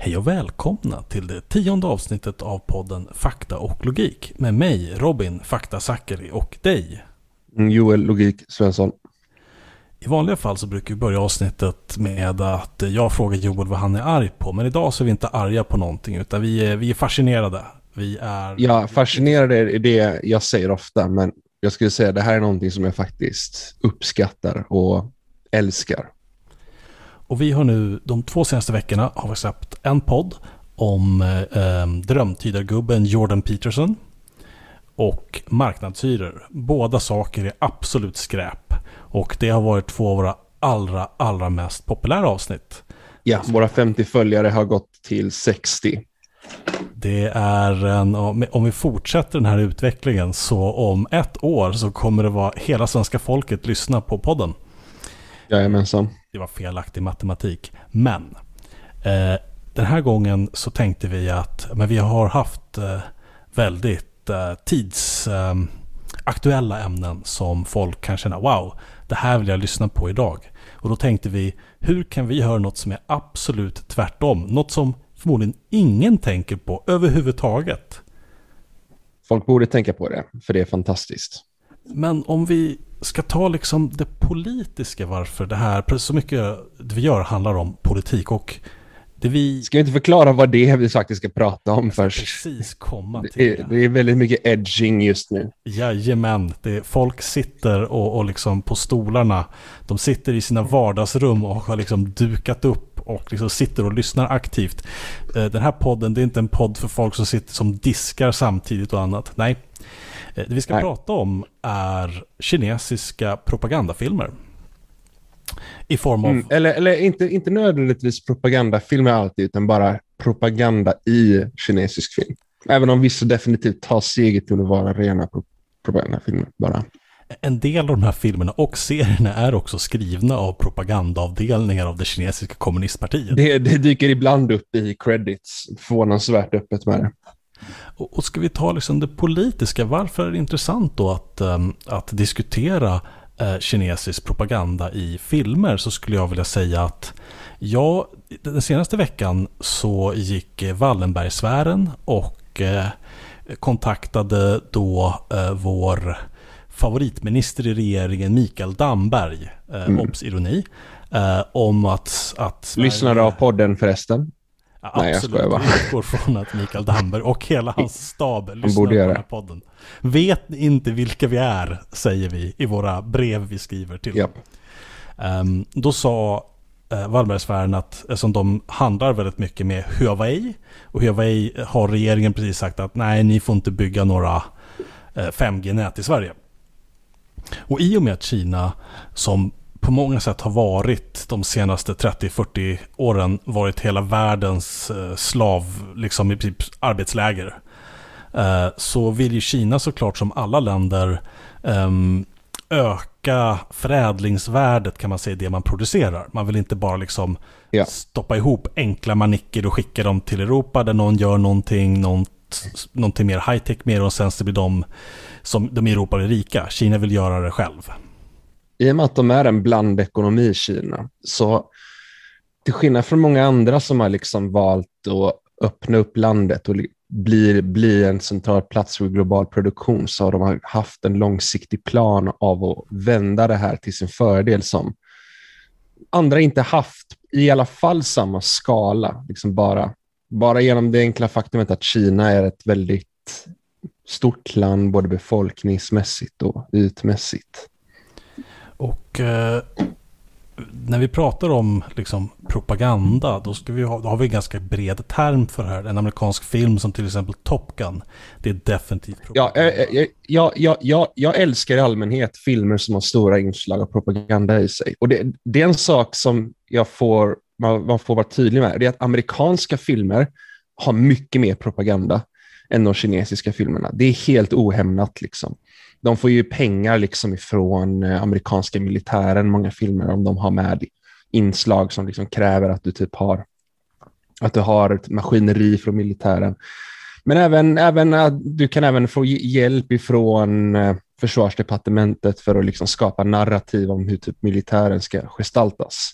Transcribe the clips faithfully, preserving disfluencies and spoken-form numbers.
Hej och välkomna till det tionde avsnittet av podden Fakta och Logik med mig, Robin Fakta Zackari och dig, Joel Logik Svensson. I vanliga fall så brukar vi börja avsnittet med att jag frågar Joel vad han är arg på. Men idag så är vi inte arga på någonting utan vi är, vi är fascinerade. Vi är... Ja, fascinerade är det jag säger ofta, men jag skulle säga att det här är någonting som jag faktiskt uppskattar och älskar. Och vi har nu, de två senaste veckorna har vi släppt en podd om eh, drömtydargubben Jordan Peterson och marknadshyror. Båda saker är absolut skräp. Och det har varit två av våra allra, allra mest populära avsnitt. Ja, våra femtio följare har gått till sextio. Det är en, om vi fortsätter den här utvecklingen så om ett år så kommer det vara hela svenska folket lyssna på podden. Jajamensan. Det var felaktig matematik. Men eh, den här gången så tänkte vi att men vi har haft eh, väldigt eh, tidsaktuella eh, ämnen som folk kan känna wow, det här vill jag lyssna på idag. Och då tänkte vi, hur kan vi höra något som är absolut tvärtom? Något som förmodligen ingen tänker på överhuvudtaget. Folk borde tänka på det, för det är fantastiskt. Men om vi ska ta liksom det politiska, varför det här, så mycket det vi gör handlar om politik och det vi... Ska vi inte förklara vad det är vi faktiskt ska prata om först? Precis komma till det. Är, det är väldigt mycket edging just nu. Jajamän, det, folk sitter och, och liksom på stolarna, de sitter i sina vardagsrum och har liksom dukat upp och liksom sitter och lyssnar aktivt. Den här podden, det är inte en podd för folk som sitter som diskar samtidigt och annat. Nej. Det vi ska Nej. prata om är kinesiska propagandafilmer. I form av... Mm, eller eller inte, inte nödvändigtvis propagandafilmer alltid, utan bara propaganda i kinesisk film. Även om vissa definitivt tar steget till att vara rena pro- propagandafilmer bara. En del av de här filmerna och serierna är också skrivna av propagandaavdelningar av det kinesiska kommunistpartiet. Det, det dyker ibland upp i credits, förvånansvärt öppet med det. Och, och ska vi ta liksom det politiska, varför är det intressant då att, um, att diskutera uh, kinesisk propaganda i filmer, så skulle jag vilja säga att ja, den senaste veckan så gick uh, Wallenbergsfären och uh, kontaktade då uh, vår favoritminister i regeringen Mikael Damberg, uh, mm. obs ironi, uh, om att... att Sverige... Lyssnare av podden förresten. Ja, absolut, Nej, jag skojar bara. Vi utgår från att Mikael Damberg och hela hans stab lyssnar på den här podden. Vet ni inte vilka vi är, säger vi i våra brev vi skriver till yep. um, Då sa uh, Wallenbergsfären att uh, som de handlar väldigt mycket med Huawei, och Huawei har regeringen precis sagt att nej, ni får inte bygga några uh, fem G-nät i Sverige. Och i och med att Kina, som på många sätt har varit de senaste trettio till fyrtio åren varit hela världens eh, slav, liksom i princip arbetsläger. Eh, så vill ju Kina såklart som alla länder eh, öka förädlingsvärdet, kan man säga, det man producerar. Man vill inte bara liksom ja. stoppa ihop enkla manicker och skicka dem till Europa där någon gör någonting, något, någonting mer high-tech mer, och sen så blir de som de i Europa är rika. Kina vill göra det själv. I och med att de är en blandekonomi i Kina, så till skillnad från många andra som har liksom valt att öppna upp landet och bli, bli en central plats för global produktion, så har de haft en långsiktig plan av att vända det här till sin fördel som andra inte haft, i alla fall samma skala. Liksom bara, bara genom det enkla faktumet att Kina är ett väldigt stort land både befolkningsmässigt och ytmässigt. Och eh, när vi pratar om liksom propaganda, då, ska vi ha, då har vi en ganska bred term för det här. En amerikansk film som till exempel Top Gun, det är definitivt propaganda. Ja, jag, jag, jag, jag, jag älskar i allmänhet filmer som har stora inslag av propaganda i sig. Och det, det är en sak som jag får, man, man får vara tydlig med. Det är att amerikanska filmer har mycket mer propaganda än de kinesiska filmerna. Det är helt ohämnat liksom. De får ju pengar liksom ifrån amerikanska militären, många filmer, om de har med inslag som liksom kräver att du typ har att du har ett maskineri från militären. Men även, även du kan även få hjälp ifrån försvarsdepartementet för att liksom skapa narrativ om hur typ militären ska gestaltas.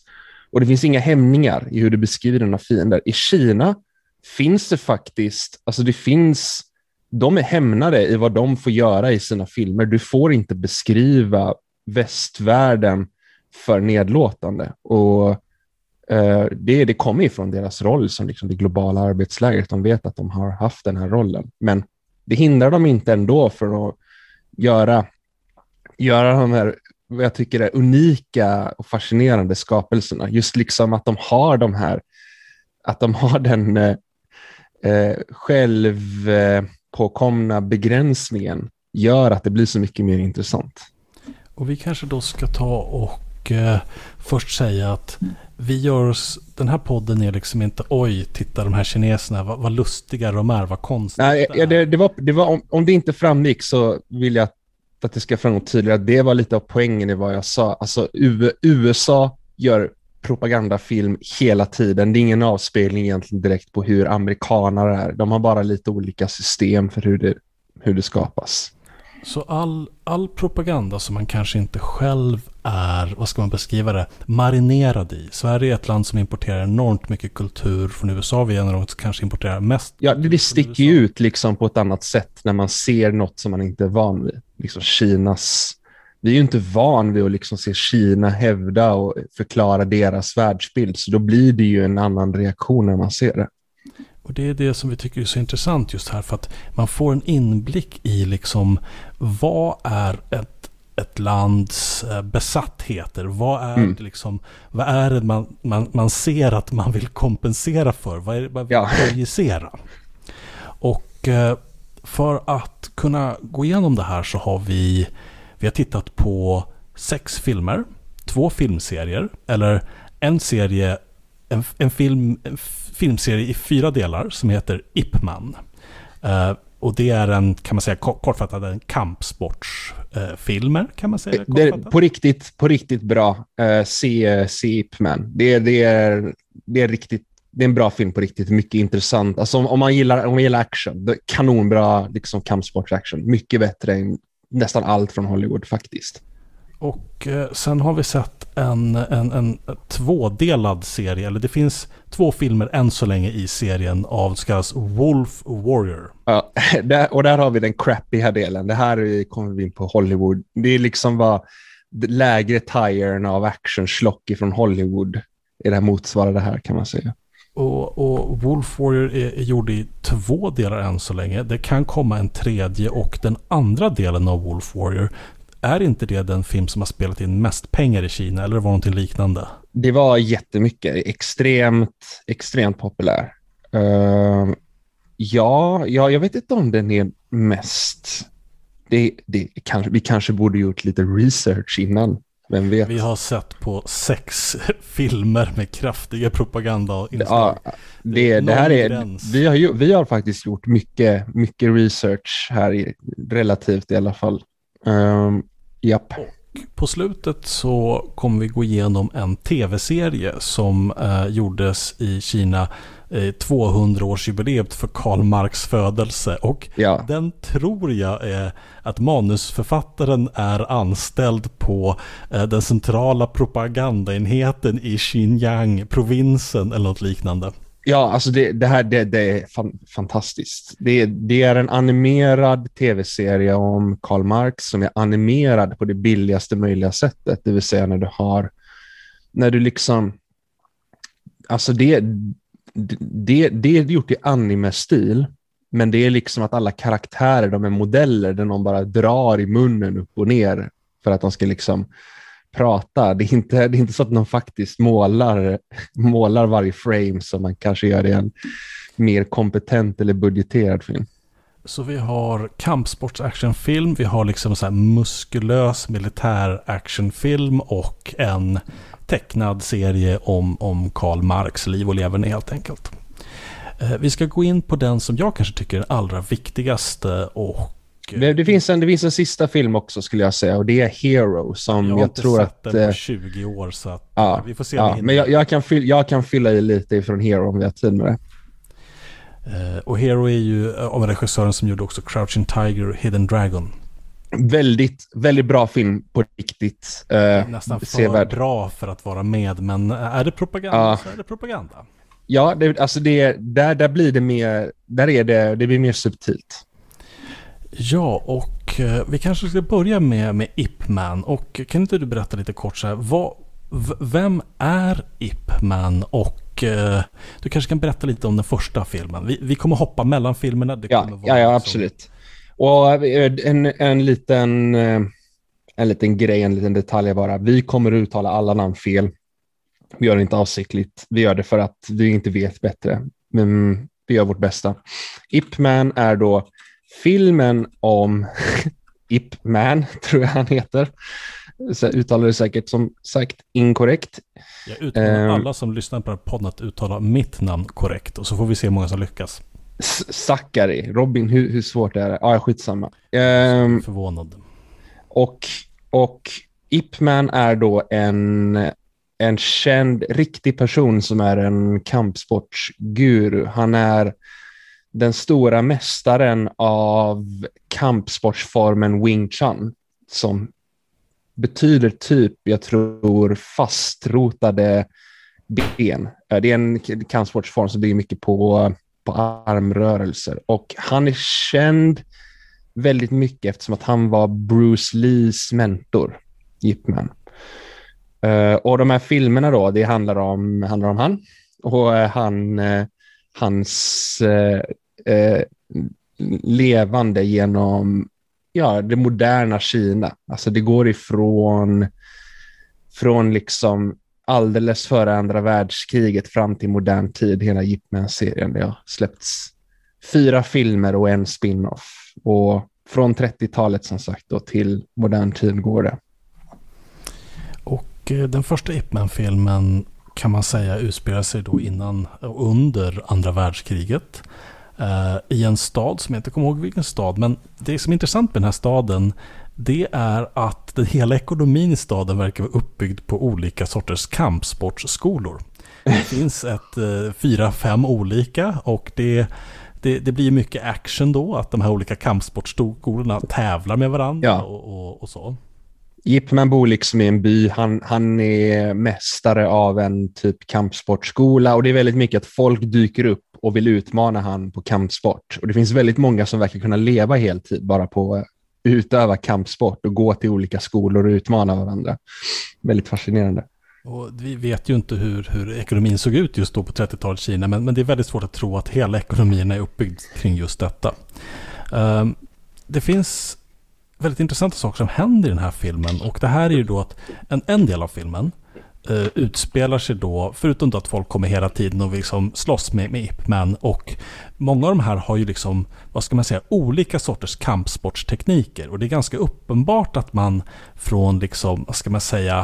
Och det finns inga hämningar i hur du beskriver dina fiender. I Kina finns det faktiskt, alltså det finns, de är hämnade i vad de får göra i sina filmer. Du får inte beskriva västvärlden för nedlåtande. Och eh, det, det kommer ifrån deras roll som liksom det globala arbetslägret. De vet att de har haft den här rollen. Men det hindrar dem inte ändå för att göra, göra de här, vad jag tycker är unika och fascinerande skapelserna. Just liksom att de har de här, att de har den eh, själv eh, påkomna begränsningen gör att det blir så mycket mer intressant. Och vi kanske då ska ta och eh, först säga att vi gör oss, den här podden är liksom inte, oj, titta de här kineserna, vad, vad lustiga de är, vad konstigt. Nej, det, det, det var, det var, om, om det inte framgick så vill jag att det ska framgå tydligare att det var lite av poängen i vad jag sa. Alltså U- USA gör propagandafilm hela tiden. Det är ingen avspegling egentligen direkt på hur amerikanare är. De har bara lite olika system för hur det, hur det skapas. Så all, all propaganda som man kanske inte själv är, vad ska man beskriva det, marinerad i. Sverige är ett land som importerar enormt mycket kultur från U S A. Vi är en av de som kanske importerar mest. Ja, det, det sticker ju ut liksom på ett annat sätt när man ser något som man inte är van vid. Liksom Kinas... Vi är ju inte van vid att liksom se Kina hävda och förklara deras världsbild. Så då blir det ju en annan reaktion när man ser det. Och det är det som vi tycker är så intressant just här. För att man får en inblick i liksom vad är ett, ett lands besattheter? Vad är, mm. det, liksom, vad är det man, man, man ser att man vill kompensera för? Vad är det man vill ja. projicera? Och för att kunna gå igenom det här så har vi... Vi har tittat på sex filmer, två filmserier, eller en serie, en, en, film, en filmserie i fyra delar som heter Ip Man. Uh, och det är en, kan man säga, kortfattat en kampsportsfilmer, uh, kan man säga. Det är på riktigt, på riktigt bra. Uh, se, se Ip Man. Det, det, är, det är riktigt, det är en bra film på riktigt, mycket intressant. Alltså om, om man gillar, om man gillar action, det är kanonbra liksom kampsportsaction, mycket bättre än nästan allt från Hollywood faktiskt. Och eh, sen har vi sett en, en, en tvådelad serie, eller det finns två filmer än så länge i serien av så kallas Wolf Warrior. Ja, där, och där har vi den crappiga delen. Det här kommer vi in på Hollywood. Det är liksom vad lägre tiren av action-schlock från Hollywood är det motsvarande det här kan man säga. Och, och Wolf Warrior är, är gjord i två delar än så länge. Det kan komma en tredje, och den andra delen av Wolf Warrior, är inte det den film som har spelat in mest pengar i Kina, eller var det någonting liknande? Det var jättemycket, extremt, extremt populär. Uh, ja, ja, jag vet inte om den är mest... Det, det, kanske, vi kanske borde gjort lite research innan. Vem vet? Vi har sett på sex filmer med kraftiga propaganda och inslag. Ja, det, det här är, vi, har ju, vi har faktiskt gjort mycket, mycket research här, i, relativt i alla fall. Um, japp. Och på slutet så kommer vi gå igenom en tv-serie som eh, gjordes i Kina eh, tvåhundraårsjubileet för Karl Marx födelse, och ja. Den tror jag är att manusförfattaren är anställd på eh, den centrala propagandaenheten i Xinjiang, provinsen eller något liknande. Ja, alltså det, det här det, det är fan, fantastiskt. Det, det är en animerad tv-serie om Karl Marx som är animerad på det billigaste möjliga sättet. Det vill säga när du har, när du liksom, alltså det, det, det är gjort i anime-stil, men det är liksom att alla karaktärer, de är modeller där någon bara drar i munnen upp och ner för att de ska liksom prata. Det är inte, det är inte så att någon faktiskt målar, målar varje frame som man kanske gör i en mer kompetent eller budgeterad film. Så vi har kampsportsactionfilm, vi har liksom så här muskulös militär actionfilm och en tecknad serie om, om Karl Marx liv och leverne helt enkelt. Eh, vi ska gå in på den som jag kanske tycker är den allra viktigaste, och Det, det, finns en, det finns en sista film också skulle jag säga, och det är Hero som jag, jag tror att... Jag har inte sett den på tjugo år så att ja, vi får se. Ja, men jag, jag, kan fylla, jag kan fylla i lite från Hero om vi har tid med det. Uh, och Hero är ju av regissören som gjorde också Crouching Tiger, Hidden Dragon. Väldigt, väldigt bra film på riktigt. Eh, Nästan för sevärd. bra för att vara med, men är det propaganda Ja. så är det propaganda. Ja, det, alltså det, där, där blir det mer, där är det, det blir mer subtilt. Ja, och eh, vi kanske ska börja med, med Ip Man. Och kan inte du berätta lite kort så här, vad, v- vem är Ip Man? Och eh, du kanske kan berätta lite om den första filmen. Vi, vi kommer hoppa mellan filmerna. Det Ja, kommer vara ja, ja, liksom- absolut. Och en, en, liten, eh, en liten grej, en liten detalj bara. Vi kommer uttala alla namn fel. Vi gör det inte avsiktligt. Vi gör det för att vi inte vet bättre. Men vi gör vårt bästa. Ip Man är då filmen om Ip Man, tror jag han heter. Så uttalar det säkert som sagt inkorrekt. Jag utmanar Um, alla som lyssnar på den här podden att uttala mitt namn korrekt. Och så får vi se hur många som lyckas. Sakari. Robin, hur, hur svårt är det? Ja, ah, skitsamma. Um, Förvånad. och, och Ip Man är då en, en känd, riktig person som är en kampsportsguru. Han är den stora mästaren av kampsportsformen Wing Chun, som betyder typ, jag tror, fastrotade ben. Det är en kampsportsform som bygger mycket på, på armrörelser. Och han är känd väldigt mycket eftersom att han var Bruce Lees mentor, Ip Man. Uh, och de här filmerna då, det handlar om, handlar om han. Och uh, han, uh, hans uh, uh, levande genom ja, det moderna Kina. Alltså det går ifrån från liksom alldeles före andra världskriget fram till modern tid, hela Ip Man-serien. Det har släppts fyra filmer och en spin-off. Och från trettiotalet som sagt då till modern tid går det. Och eh, den första Ip Man-filmen kan man säga utspelar sig då innan och under andra världskriget. Uh, i en stad som jag inte kommer ihåg vilken stad, men det som är intressant med den här staden, det är att den hela ekonomin i staden verkar vara uppbyggd på olika sorters kampsportsskolor. Det finns ett uh, fyra, fem olika, och det, det, det blir mycket action då, att de här olika kampsportsskolorna tävlar med varandra. Ja. och, och, och så. Ip Man bor liksom i en by. Han, han är mästare av en typ kampsportskola, och det är väldigt mycket att folk dyker upp och vill utmana han på kampsport. Och det finns väldigt många som verkar kunna leva heltid bara på att utöva kampsport och gå till olika skolor och utmana varandra. Väldigt fascinerande. Och vi vet ju inte hur, hur ekonomin såg ut just då på trettiotalet i Kina, men, men det är väldigt svårt att tro att hela ekonomin är uppbyggd kring just detta. Um, det finns väldigt intressanta saker som händer i den här filmen, och det här är ju då att en, en del av filmen Uh, utspelar sig då, förutom då att folk kommer hela tiden och liksom slåss med, med Ip Man, och många av de här har ju liksom, vad ska man säga, olika sorters kampsportstekniker, och det är ganska uppenbart att man från liksom, vad ska man säga,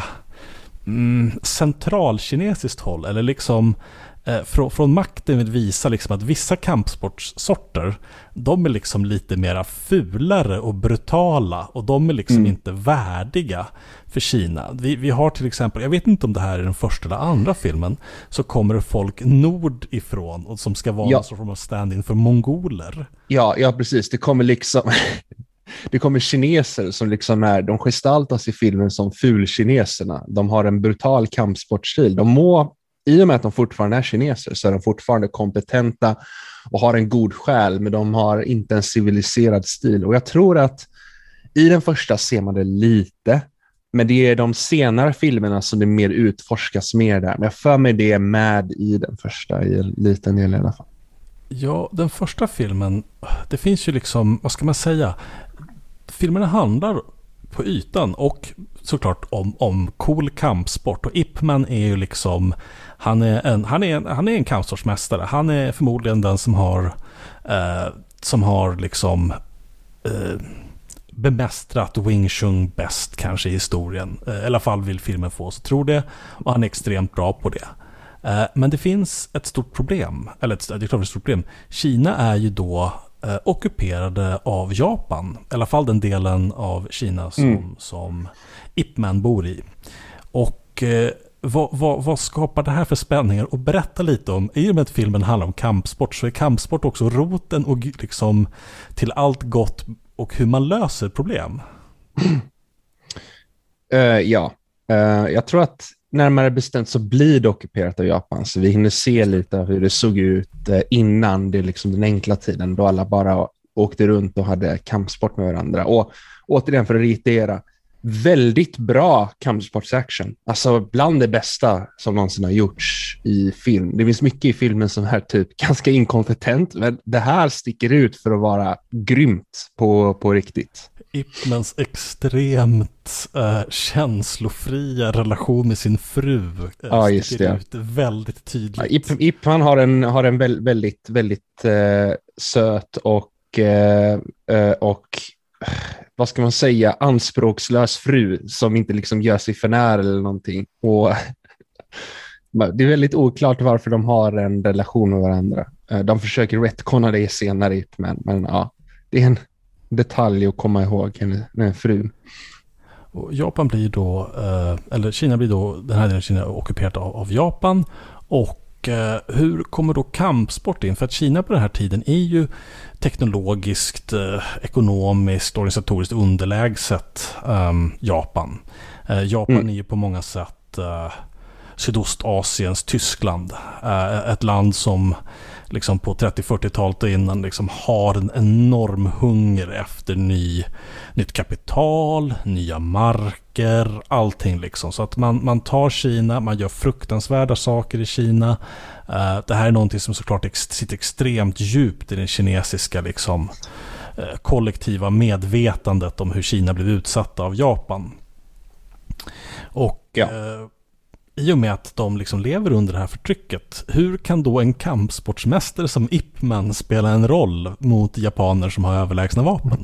mm, centralkinesiskt håll, eller liksom eh, från, från makten vill visa liksom att vissa kampsportsorter, de är liksom lite mera fulare och brutala, och de är liksom mm. inte värdiga för Kina. Vi, vi har till exempel, jag vet inte om det här är den första eller andra filmen, så kommer folk nordifrån och som ska vara ja. någon form av stand-in för mongoler. Ja, ja precis. Det kommer liksom det kommer kineser som liksom är, de gestaltas i filmen som fulkineserna. De har en brutal kampsportstil. De må, i och med att de fortfarande är kineser, så är de fortfarande kompetenta och har en god själ, men de har inte en civiliserad stil. Och jag tror att i den första ser man det lite, men det är de senare filmerna som det mer utforskas mer där. Men jag för mig det är med i den första, i en liten del i alla fall. Ja, den första filmen, det finns ju liksom, vad ska man säga, filmerna handlar på ytan och såklart om, om cool kampsport, och Ip Man är ju liksom, han är en, han är en, han är en kampsportsmästare. Han är förmodligen den som har eh, som har liksom eh, bemästrat Wing Chun bäst kanske i historien. Eh, I alla fall vill filmen få så tror det, och han är extremt bra på det. Eh, men det finns ett stort problem, eller ett, det är klart det är ett stort problem. Kina är ju då eh, ockuperade av Japan, i alla fall den delen av Kina som, mm. som Ip Man bor i. Och eh, vad, vad, vad skapar det här för spänningar? Och berätta lite om, i och med att filmen handlar om kampsport, så är kampsport också roten och liksom till allt gott och hur man löser problem. Uh, ja, uh, jag tror att närmare bestämt så blir det ockuperat av Japan, så vi hinner se lite av hur det såg ut uh, innan det liksom den enkla tiden då alla bara åkte runt och hade kampsport med varandra. Och återigen för att reitera, väldigt bra kampsportsaction. Alltså bland det bästa som någonsin har gjorts i film. Det finns mycket i filmen som är typ ganska inkompetent, men det här sticker ut för att vara grymt på, på riktigt. Ip Mans extremt äh, känslofria relation med sin fru äh, ja, just sticker det. ut väldigt tydligt. Ja, Ip, Ip Man har en, har en vä- väldigt, väldigt äh, söt och, äh, och vad ska man säga, anspråkslös fru som inte liksom gör sig för nära eller någonting. Och det är väldigt oklart varför de har en relation med varandra. De försöker retconna det senare, men, men ja, det är en detalj att komma ihåg, den frun. Och Japan blir då, eller Kina blir då, den här delen av Kina ockuperat av, av Japan. Och hur kommer då kampsport in? För att Kina på den här tiden är ju teknologiskt, ekonomiskt, organisatoriskt underlägset um, Japan. Uh, Japan mm. är ju på många sätt uh, Sydostasiens Tyskland. Uh, ett land som liksom på trettio-fyrtiotalet och innan liksom har en enorm hunger efter ny, nytt kapital, nya marker, allting liksom. Så att man, man tar Kina, man gör fruktansvärda saker i Kina. Uh, det här är någonting som såklart ex- sitter extremt djupt i den kinesiska liksom, uh, kollektiva medvetandet om hur Kina blev utsatta av Japan. Och ja. uh, i och med att de liksom lever under det här förtrycket, hur kan då en kampsportsmästare som Ip Man spela en roll mot japaner som har överlägsna vapen?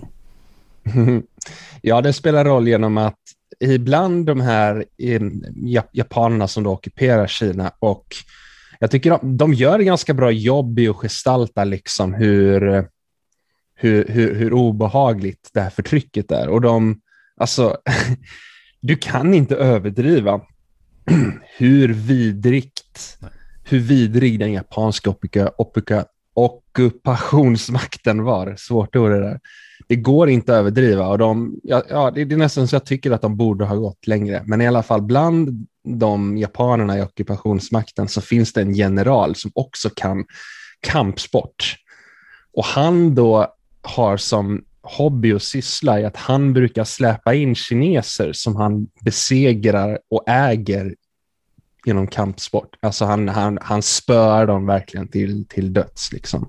Ja, det spelar roll genom att ibland de här japanerna som då ockuperar Kina, och jag tycker de, de gör ett ganska bra jobb i att gestalta liksom hur, hur, hur, hur obehagligt det här förtrycket är. Och de, alltså, du kan inte överdriva hur vidrigt hur vidrig den japanska oppika, oppika, ockupationsmakten var. Svårt ord det där. Det går inte att överdriva, och de, ja, ja, det, det är nästan så jag tycker att de borde ha gått längre. Men i alla fall bland de japanerna i ockupationsmakten så finns det en general som också kan kampsport. Och han då har som hobby och syssla i att han brukar släpa in kineser som han besegrar och äger genom kampsport. Alltså han, han, han spör dem verkligen till, till döds liksom.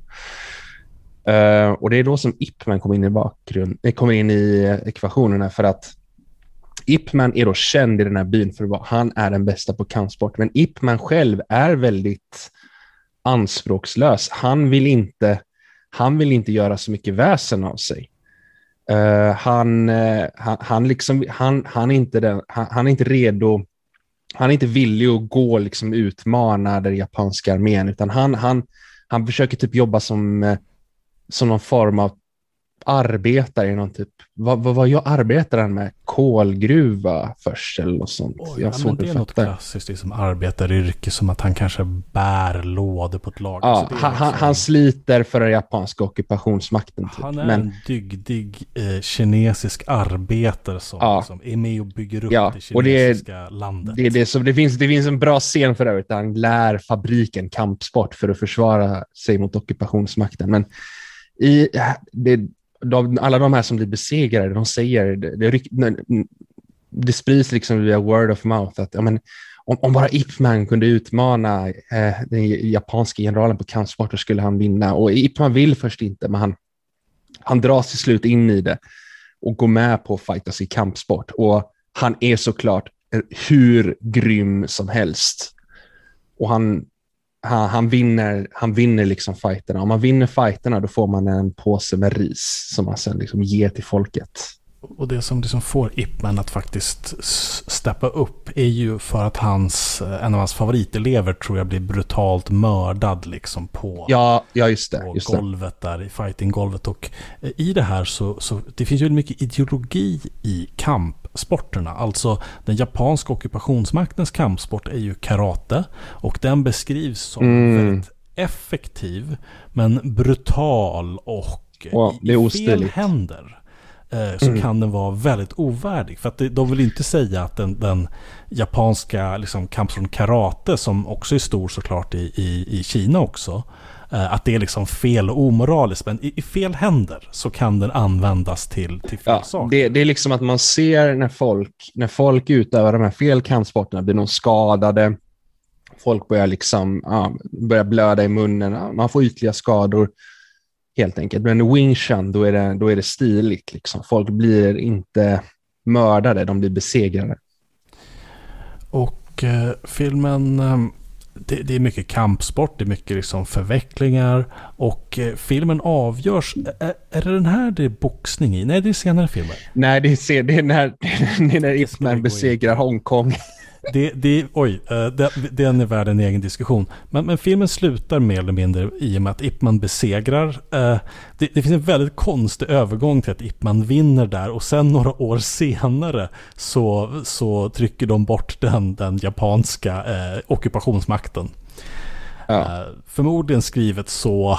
Uh, och det är då som Ip Man kommer in i bakgrund, kommer in i ekvationerna, för att Ip Man är då känd i den här byn för att han är den bästa på kampsport, men Ip Man själv är väldigt anspråkslös. Han vill inte han vill inte göra så mycket väsen av sig. Uh, han, uh, han, han, liksom, han, han, är inte den, han, han är inte redo, han är inte villig att gå liksom utmana den japanska armén, utan han, han, han försöker typ jobba som, uh, som någon form av arbetare i någon typ, vad, vad, vad jag arbetar han med? Kolgruva först eller något sånt. Oj, jag ja, men det är något klassiskt liksom arbetaryrke, som att han kanske bär lådor på ett lager. Ja, så han, liksom, han sliter för den japanska ockupationsmakten. Typ. Han är men, en dygdig eh, kinesisk arbetare som, ja, som är med och bygger upp ja, det kinesiska och det, landet. Det, det, så det, finns, det finns en bra scen för övrigt där han lär fabriken kampsport för att försvara sig mot ockupationsmakten. Men i det De, alla de här som blir besegrade, de säger, det, det, det sprids liksom via word of mouth att ja, men, om, om bara Ip Man kunde utmana eh, den japanska generalen på kampsport, så skulle han vinna. Och Ip Man vill först inte, men han, han dras till slut in i det och går med på att fightas i kampsport. Och han är såklart hur grym som helst. Och han Han, han vinner han vinner liksom fighterna. Om man vinner fighterna, då får man en påse med ris som man sen liksom ger till folket. Och det som liksom får Ip Man att faktiskt steppa upp är ju för att hans, en av hans favoritelever tror jag blir brutalt mördad liksom på, ja, ja, just det, på just golvet det. där, i fightinggolvet. Och i det här så, så det finns ju mycket ideologi i kampsporterna. Alltså den japanska ockupationsmaktens kampsport är ju karate, och den beskrivs som mm. väldigt effektiv men brutal och wow, det är i fel ostiligt. händer. eh, så mm. kan den vara väldigt ovärdig. För att det, de vill inte säga att den, den japanska liksom, kamp från karate, som också är stor såklart i, i, i Kina också, eh, att det är liksom fel och omoraliskt. Men i, i fel händer så kan den användas till, till fel ja, saker. Det, det är liksom att man ser när folk, när folk utövar de här fel kampsporterna, blir någon skadade, folk börjar liksom ja, börjar blöda i munnen, ja, man får ytliga skador helt enkelt. Men Wing Chun, då är det, då är det stiligt liksom. Folk blir inte mördade, de blir besegrade. Och eh, filmen, eh, det, det är mycket kampsport, det är mycket liksom förvecklingar, och eh, filmen avgörs, är, är det den här det är boxning i? Nej, det är senare filmer. Nej, det är, det är när, det är när Ip Man besegrar Hongkong. Det, det, oj, det, den är värd en egen diskussion. Men, men filmen slutar mer eller mindre i och med att Ip Man besegrar. Det, det finns en väldigt konstig övergång till att Ip Man vinner där, och sen några år senare så, så trycker de bort den, den japanska eh, ockupationsmakten. Ja. Eh, förmodligen skrivet så,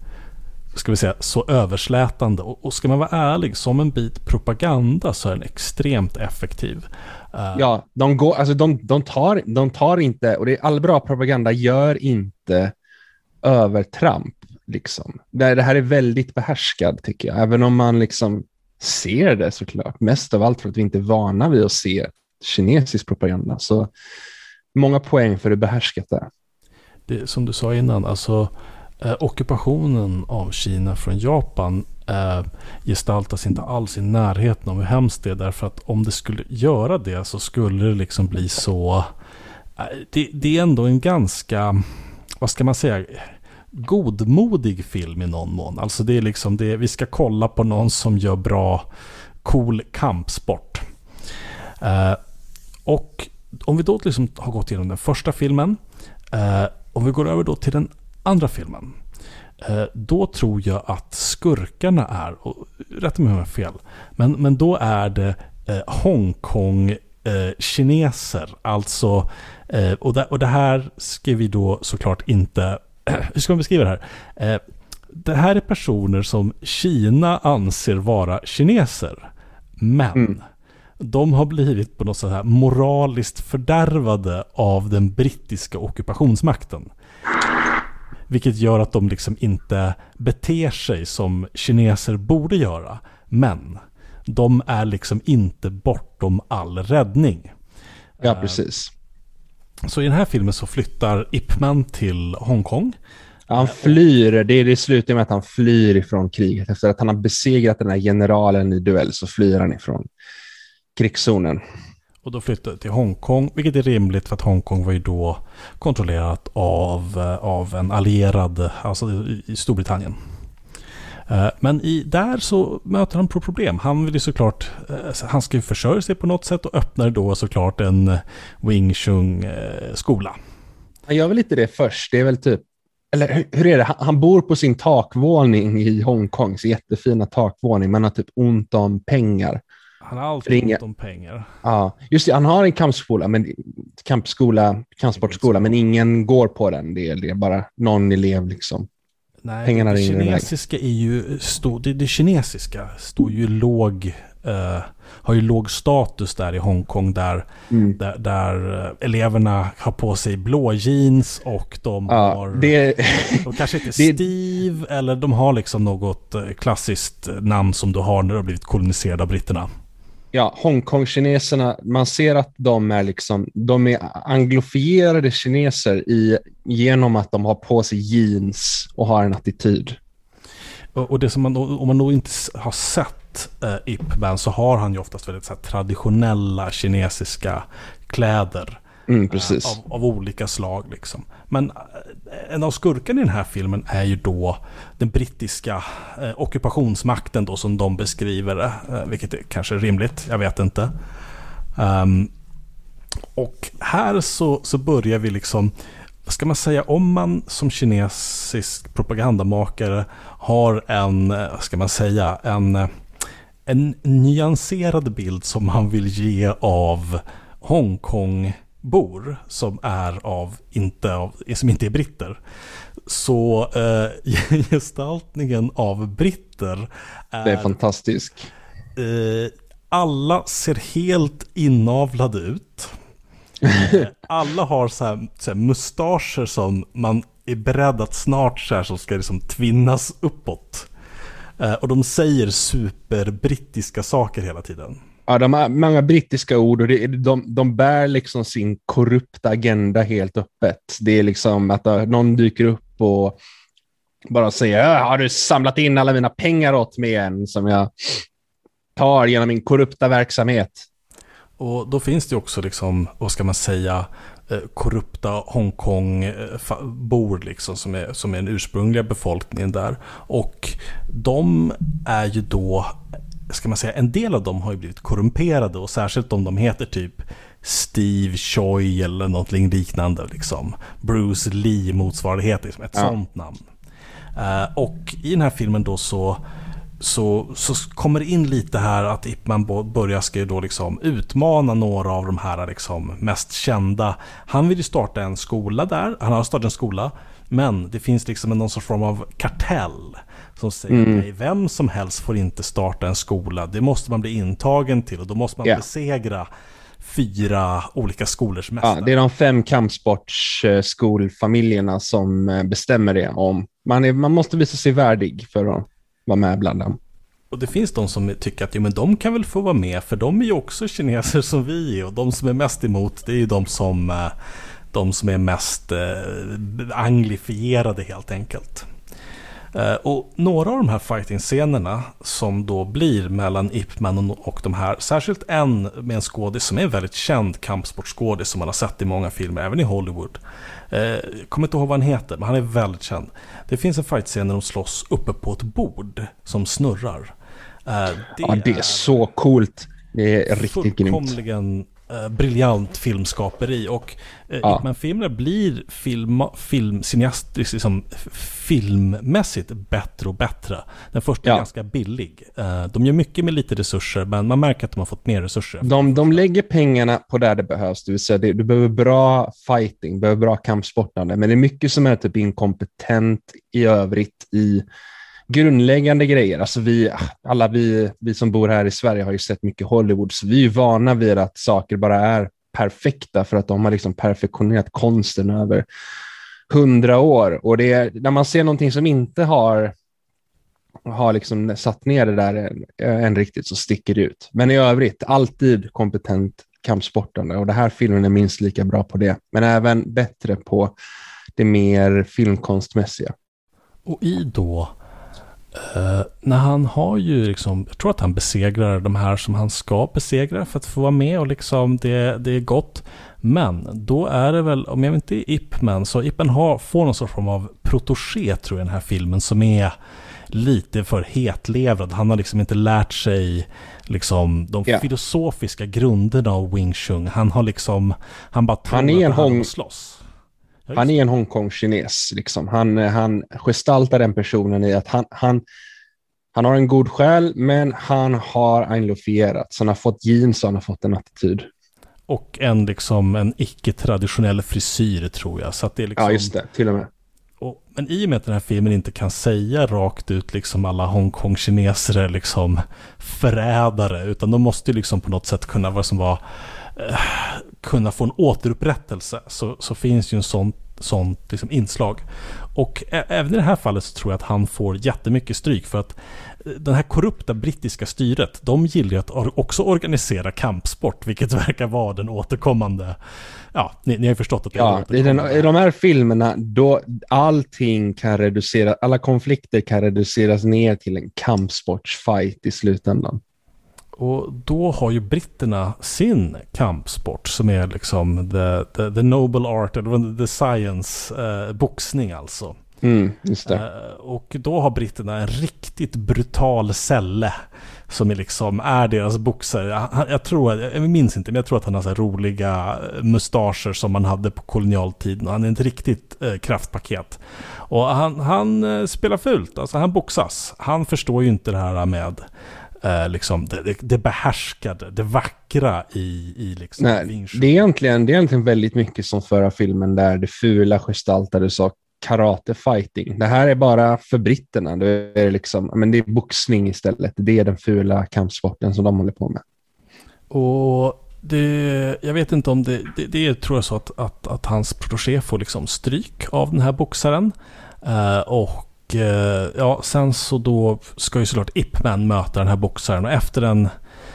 ska vi säga, så överslätande. Och, och ska man vara ärlig, som en bit propaganda så är den extremt effektiv. Uh, ja, de, går, alltså de, de, tar, de tar inte, och det är all bra propaganda gör inte övertramp. Liksom. Det, det här är väldigt behärskad tycker jag. Även om man liksom ser det såklart. Mest av allt för att vi inte är vana vid att se kinesisk propaganda. Så många poäng för det behärskat där. Det, som du sa innan, alltså eh, ockupationen av Kina från Japan eh, gestaltas inte alls i närheten av hur hemskt det är, därför att om det skulle göra det så skulle det liksom bli så eh, det, det är ändå en ganska, vad ska man säga, godmodig film i någon mån. Alltså det är liksom det, vi ska kolla på någon som gör bra cool kampsport. Eh, och om vi då liksom har gått igenom den första filmen, eh, om vi går över då till den andra filmen, eh, då tror jag att skurkarna är, och rätt mig om jag har fel, men, men då är det eh, Hongkong eh, kineser, alltså eh, och, det, och det här ska vi då såklart inte hur ska man beskriva det här? Eh, det här är personer som Kina anser vara kineser, men mm. de har blivit på något så här moraliskt fördärvade av den brittiska ockupationsmakten. Vilket gör att de liksom inte beter sig som kineser borde göra. Men de är liksom inte bortom all räddning. Ja, precis. Så i den här filmen så flyttar Ip Man till Hongkong. Han flyr, det är det slutar med att han flyr ifrån kriget. Efter att han har besegrat den här generalen i duell så flyr han ifrån krigszonen. Och då flyttade till Hongkong, vilket är rimligt för att Hongkong var ju då kontrollerat av, av en allierad, alltså i Storbritannien. Men i, där så möter han på problem. Han vill ju såklart, han ska ju försörja sig på något sätt och öppnar då såklart en Wing Chun skola. Han gör väl lite det först, det är väl typ, eller hur är det? Han bor på sin takvåning i Hongkong, så jättefina takvåning, men har typ ont om pengar. Han har alltid Ringa. ont om pengar. Ja, just det, han har en kampskola, men kampskola, kampsportskola, men ingen går på den. Det är, det är bara någon elev liksom. Nej, Pengarna det, det kinesiska är ju stå, det, det kinesiska står ju låg uh, har ju låg status där i Hongkong, där, mm. där, där uh, eleverna har på sig blå jeans och de ja, har det, de kanske inte Steve det, eller de har liksom något uh, klassiskt namn som du har när du har blivit koloniserad av britterna. Ja, Hongkong-kineserna, man ser att de är liksom, de är anglofierade kineser i, genom att de har på sig jeans och har en attityd. Och, och det som man, om man då inte har sett eh, Ip Man, så har han ju oftast väldigt så här, traditionella kinesiska kläder. Mm, precis. Eh, av, av olika slag liksom. Men eh, en av skurkarna i den här filmen är ju då den brittiska eh, ockupationsmakten då, som de beskriver det, eh, vilket är kanske rimligt, jag vet inte. Um, och här så, så börjar vi liksom, vad ska man säga, om man som kinesisk propagandamakare har en, vad ska man säga, en, en nyanserad bild som man vill ge av Hongkong bor som är av inte av som inte är britter, så eh, gestaltningen av britter är, det är fantastisk. Eh, alla ser helt inavlade ut. Eh, alla har så här, så här mustascher som man är beredd att snart så här, så ska liksom tvinnas uppåt. Eh, och de säger superbrittiska saker hela tiden. Ja, de har många brittiska ord och det, de, de bär liksom sin korrupta agenda helt öppet. Det är liksom att någon dyker upp och bara säger, har du samlat in alla mina pengar åt mig igen som jag tar genom min korrupta verksamhet? Och då finns det också liksom, vad ska man säga, korrupta Hongkong-bor liksom, som är, som är den ursprungliga befolkningen där. Och de är ju då, ska man säga, en del av dem har ju blivit korrumperade, och särskilt om de heter typ Steve Choi eller någonting liknande liksom. Bruce Lee motsvarighet, liksom ett ja. sånt namn. Uh, och i den här filmen då så Så, så kommer det in lite här att Ip Man börjar ska ju då liksom utmana några av de här liksom mest kända. Han vill ju starta en skola där. Han har startat en skola, men det finns liksom någon sorts form av kartell som säger mm. nej, vem som helst får inte starta en skola. Det måste man bli intagen till, och då måste man yeah. besegra fyra olika skolors mästare. Ja, det är de fem kampsportsskolfamiljerna som bestämmer det om. Man, är, man måste visa sig värdig för att vara med bland dem. Och det finns de som tycker att ja, men de kan väl få vara med, för de är ju också kineser som vi är, och de som är mest emot, det är ju de som, de som är mest eh, anglifierade helt enkelt. Eh, och några av de här fighting-scenerna som då blir mellan Ip Man och, och de här, särskilt en med en skådis som är en väldigt känd kampsportskådis som man har sett i många filmer, även i Hollywood. Jag kommer inte ihåg vad han heter, men han är väldigt känd. Det finns en fight-scen när de slåss uppe på ett bord som snurrar. Det ja, det är, är så coolt. Det är riktigt grymt. Fullkomligen uh, briljant filmskaperi. Och uh, ja. Ip Man-filmer blir film, film, liksom, filmmässigt bättre och bättre. Den första ja. är ganska billig. Uh, de gör mycket med lite resurser, men man märker att de har fått mer resurser. De, de lägger pengarna på där det behövs. Det vill säga, det, du behöver bra fighting, du behöver bra kampsportande, men det är mycket som är typ inkompetent i övrigt i grundläggande grejer. Alltså vi, alla vi, vi som bor här i Sverige har ju sett mycket Hollywood, så vi är vana vid att saker bara är perfekta för att de har liksom perfektionerat konsten över hundra år. Och det är, när man ser någonting som inte har, har liksom satt ner det där än riktigt, så sticker det ut. Men i övrigt, alltid kompetent kampsportande, och det här filmen är minst lika bra på det. Men även bättre på det mer filmkonstmässiga. Och i då Uh, när han har ju liksom, jag tror att han besegrar de här som han ska besegra för att få vara med, och liksom det, det är gott. Men då är det väl, om jag inte är Ip Man, så Ip Man har, får någon sorts form av protégé, tror jag, i den här filmen, som är lite för hetlevrad. Han har liksom inte lärt sig liksom de yeah. filosofiska grunderna av Wing Chun. Han har liksom, han bara tror han är en att han Hong- slåss. Ja, han är en Hongkong-kines. Liksom. Han, han gestaltar den personen i att han, han, han har en god själ, men han har anglofierat. Så han har fått jeans och han har fått en attityd. Och en, liksom, en icke-traditionell frisyr, tror jag. Så att det är liksom, ja, just det. Till och med. Och, men i och med att den här filmen inte kan säga rakt ut liksom alla Hongkong-kineser är liksom förrädare, utan de måste ju liksom på något sätt kunna vara som var eh, kunna få en återupprättelse, så, så finns ju en sån, sånt liksom inslag. Och ä- även i det här fallet så tror jag att han får jättemycket stryk, för att den här korrupta brittiska styret, de gillar ju att or- också organisera kampsport, vilket verkar vara den återkommande. Ja, ni, ni har ju förstått att det ja, är i, den, i de här filmerna då allting kan reduceras, alla konflikter kan reduceras ner till en kampsportsfight i slutändan. Och då har ju britterna sin kampsport som är liksom the, the, the noble art, eller the science, eh, boxning alltså. Mm, just det. Eh, och då har britterna en riktigt brutal celle som är liksom är deras boxare. Jag, jag tror, jag minns inte, men jag tror att han har så här roliga mustascher som man hade på kolonialtiden. Han är ett riktigt eh, kraftpaket. Och han, han eh, spelar fult, alltså han boxas. Han förstår ju inte det här med Eh, liksom det, det, det behärskade, det vackra i, i liksom. Nej, det är egentligen det är egentligen väldigt mycket som förra filmen där det fula gestaltades av karate fighting. Det här är bara för britterna. Det är liksom, men det är boxning istället. Det är den fula kampsporten som de håller på med. Och det, jag vet inte om det, det, det är, tror jag så att, att, att hans protégé får liksom stryk av den här boxaren. Uh, och uh, ja, sen så då ska ju såklart Ip Man möta den här boxaren, och efter en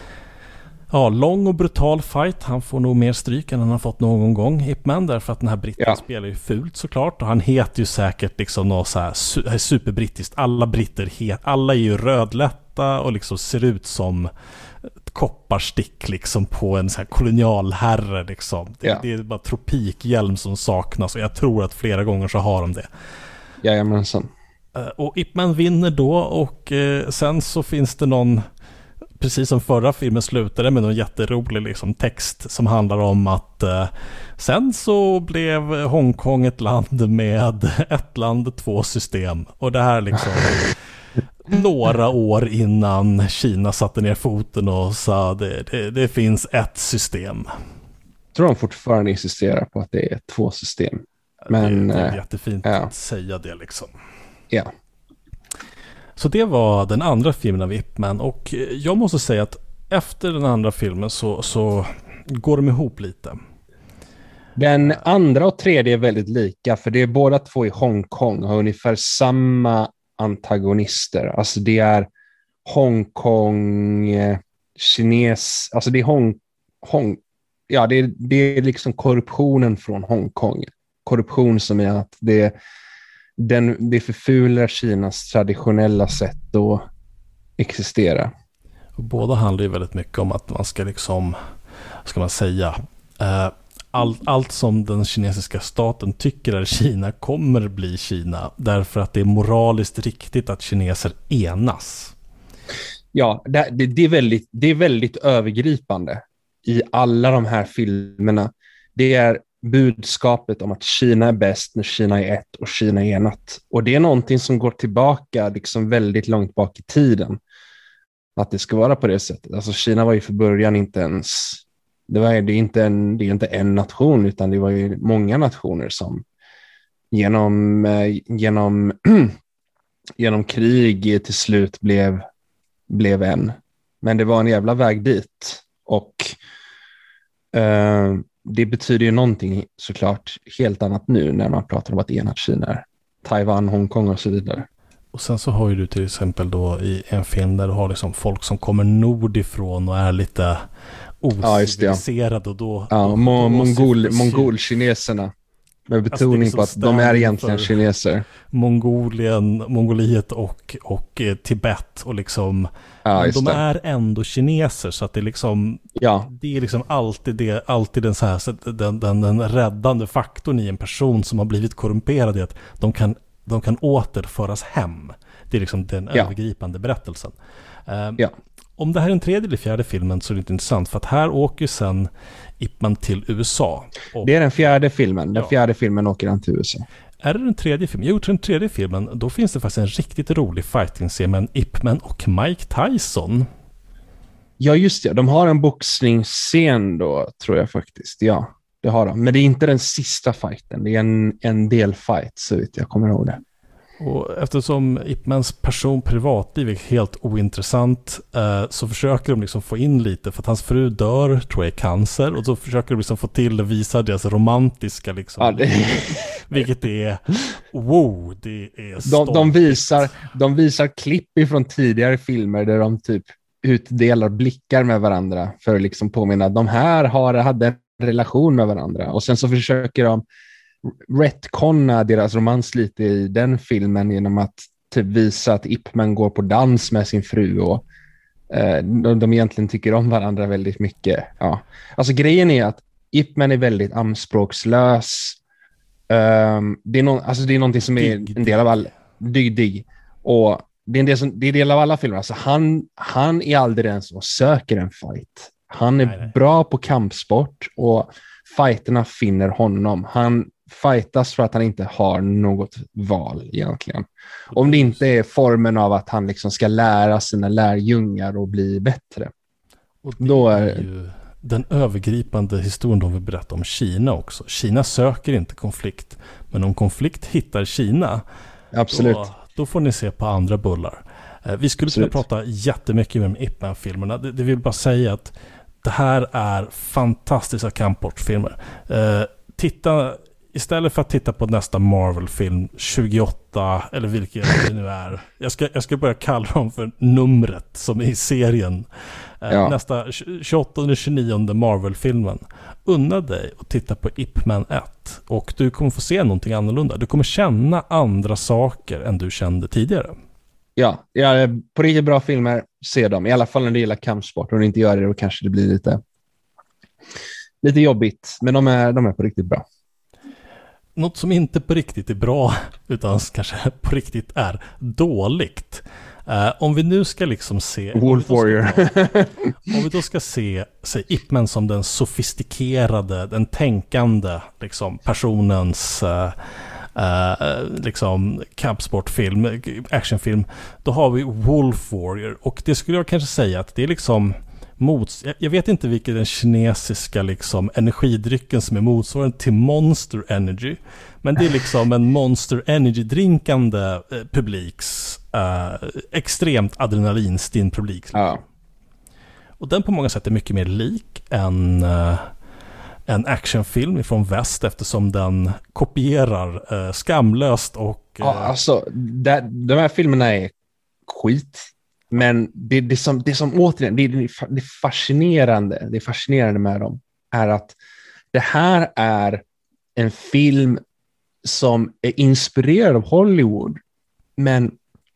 ja, lång och brutal fight, han får nog mer stryk än han har fått någon gång, Ip Man, därför att den här britten ja. spelar ju fult såklart, och han heter ju säkert liksom något så här su- superbrittiskt. Alla britter het, alla är ju rödlätta och liksom ser ut som ett kopparstick liksom på en så här kolonialherre liksom. Det, ja. det är bara tropikhjälm som saknas, och jag tror att flera gånger så har de det. Jajamensan. Och Ip Man vinner då, och eh, sen så finns det någon, precis som förra filmen slutade med någon jätterolig liksom text som handlar om att eh, sen så blev Hongkong ett land med ett land, två system. Och det här liksom några år innan Kina satte ner foten och sa det, det, det finns ett system. Jag tror de fortfarande insisterar på att det är två system. Men, det, det är jättefint ja. att säga det liksom. Ja. Så det var den andra filmen av Ip Man, och jag måste säga att efter den andra filmen så, så går de ihop lite. Den andra och tredje är väldigt lika, för det är båda två i Hongkong, har ungefär samma antagonister. Alltså det är Hongkong eh, kines, alltså det är Hong, Hong ja det är, det är liksom korruptionen från Hongkong. Korruption som är att det Den, det förfular Kinas traditionella sätt att existera. Och båda handlar ju väldigt mycket om att man ska liksom, ska man säga, eh, all, allt som den kinesiska staten tycker är Kina kommer bli Kina, därför att det är moraliskt riktigt att kineser enas. Ja, det, det, det, är väldigt, det är väldigt övergripande i alla de här filmerna. Det är budskapet om att Kina är bäst när Kina är ett och Kina är enat. Och det är någonting som går tillbaka liksom väldigt långt bak i tiden. Att det ska vara på det sättet. Alltså Kina var ju för början inte ens, det var det är inte en, det är inte en nation, utan det var ju många nationer som genom, eh, genom, genom krig till slut blev, blev en. Men det var en jävla väg dit. Och eh, det betyder ju någonting såklart helt annat nu när man pratar om att enat Kina, Taiwan, Hongkong och så vidare. Och sen så har ju du till exempel då i en film där du har liksom folk som kommer nordifrån och är lite ociviliserade. Ja, och då, ja, då, mo- då mongol, mongolkineserna. Med betoning alltså på att de är egentligen kineser. Mongolien, Mongoliet och, och eh, Tibet och liksom ja, de det. är ändå kineser, så att det liksom ja. det är liksom alltid det alltid den så här den, den, den räddande faktorn i en person som har blivit korrumperad, är att de kan de kan återföras hem. Det är liksom den ja. övergripande berättelsen. Uh, ja. Om det här är den tredje eller fjärde filmen så är det inte intressant, för att här åker ju sen Ip Man till U S A. Och, det är den fjärde filmen. Den ja. fjärde filmen åker han till U S A. Är det den tredje filmen? Jo, den tredje filmen, då finns det faktiskt en riktigt rolig fighting-scen med Ip Man och Mike Tyson. Ja, just det. De har en boxningsscen då, tror jag faktiskt. Ja, det har de. Men det är inte den sista fighten. Det är en, en del fight, så vitt jag kommer ihåg det. Och eftersom Ip Mans person privatliv är helt ointressant eh, så försöker de liksom få in lite, för att hans fru dör, tror jag, i cancer, och så försöker de liksom få till och visa deras romantiska liksom, ja, det... vilket är wow, det är de, de, visar, de visar klipp ifrån tidigare filmer där de typ utdelar blickar med varandra för att liksom påminna att de här har, hade en relation med varandra, och sen så försöker de retconna deras romans lite i den filmen genom att typ visa att Ip Man går på dans med sin fru, och eh, de, de egentligen tycker om varandra väldigt mycket. Ja. Alltså grejen är att Ip Man är väldigt anspråkslös. Um, det, är no, alltså, det är någonting som är en del av all dygdig, och det är en del, som, det är en del av alla filmer. Alltså, han, han är aldrig den som söker en fight. Han är nej, nej. bra på kampsport, och fighterna finner honom. Han fightas för att han inte har något val egentligen. Om det inte är formen av att han liksom ska lära sina lärjungar och bli bättre. Och det, Då är, är ju, den övergripande historien de vill berätta om Kina också. Kina söker inte konflikt, men om konflikt hittar Kina, Absolut. Då, då får ni se på andra bullar. Vi skulle Absolut. kunna prata jättemycket med de Ip Man-filmerna. Det, det vill bara säga att det här är fantastiska kampsportfilmer. Eh, titta, istället för att titta på nästa Marvel-film tjugoåtta, eller vilken det nu är. Jag ska, jag ska börja kalla dem för numret som är i serien. Eh, Ja. Nästa tjugoåttonde tjugonionde Marvel-filmen. Unna dig och titta på Ip Man ett. Och du kommer få se någonting annorlunda. Du kommer känna andra saker än du kände tidigare. Ja, ja, på riktigt bra filmer, se dem. I alla fall när det gäller kampsport. Om du inte gör det, då kanske det blir lite, lite jobbigt. Men de är, de är på riktigt bra. Något som inte på riktigt är bra, utan kanske på riktigt är dåligt. Uh, om vi nu ska liksom se... Wolf Warrior. Om vi då ska se, se Ip Man som den sofistikerade, den tänkande liksom, personens... Uh, Uh, liksom kampsportfilm, actionfilm, då har vi Wolf Warrior, och det skulle jag kanske säga att det är liksom mots- jag, jag vet inte vilken den kinesiska liksom energidrycken som är motsvarande till Monster Energy, men det är liksom en Monster Energy-drinkande eh, publiks eh, extremt adrenalinstinn publik. Ja. Och den på många sätt är mycket mer lik en eh, en actionfilm från väst, eftersom den kopierar eh, skamlöst och... Eh... Ja, alltså, det, de här filmerna är skit. Men det, det, som, det som återigen, det, det, det fascinerande, det fascinerande med dem är att det här är en film som är inspirerad av Hollywood, men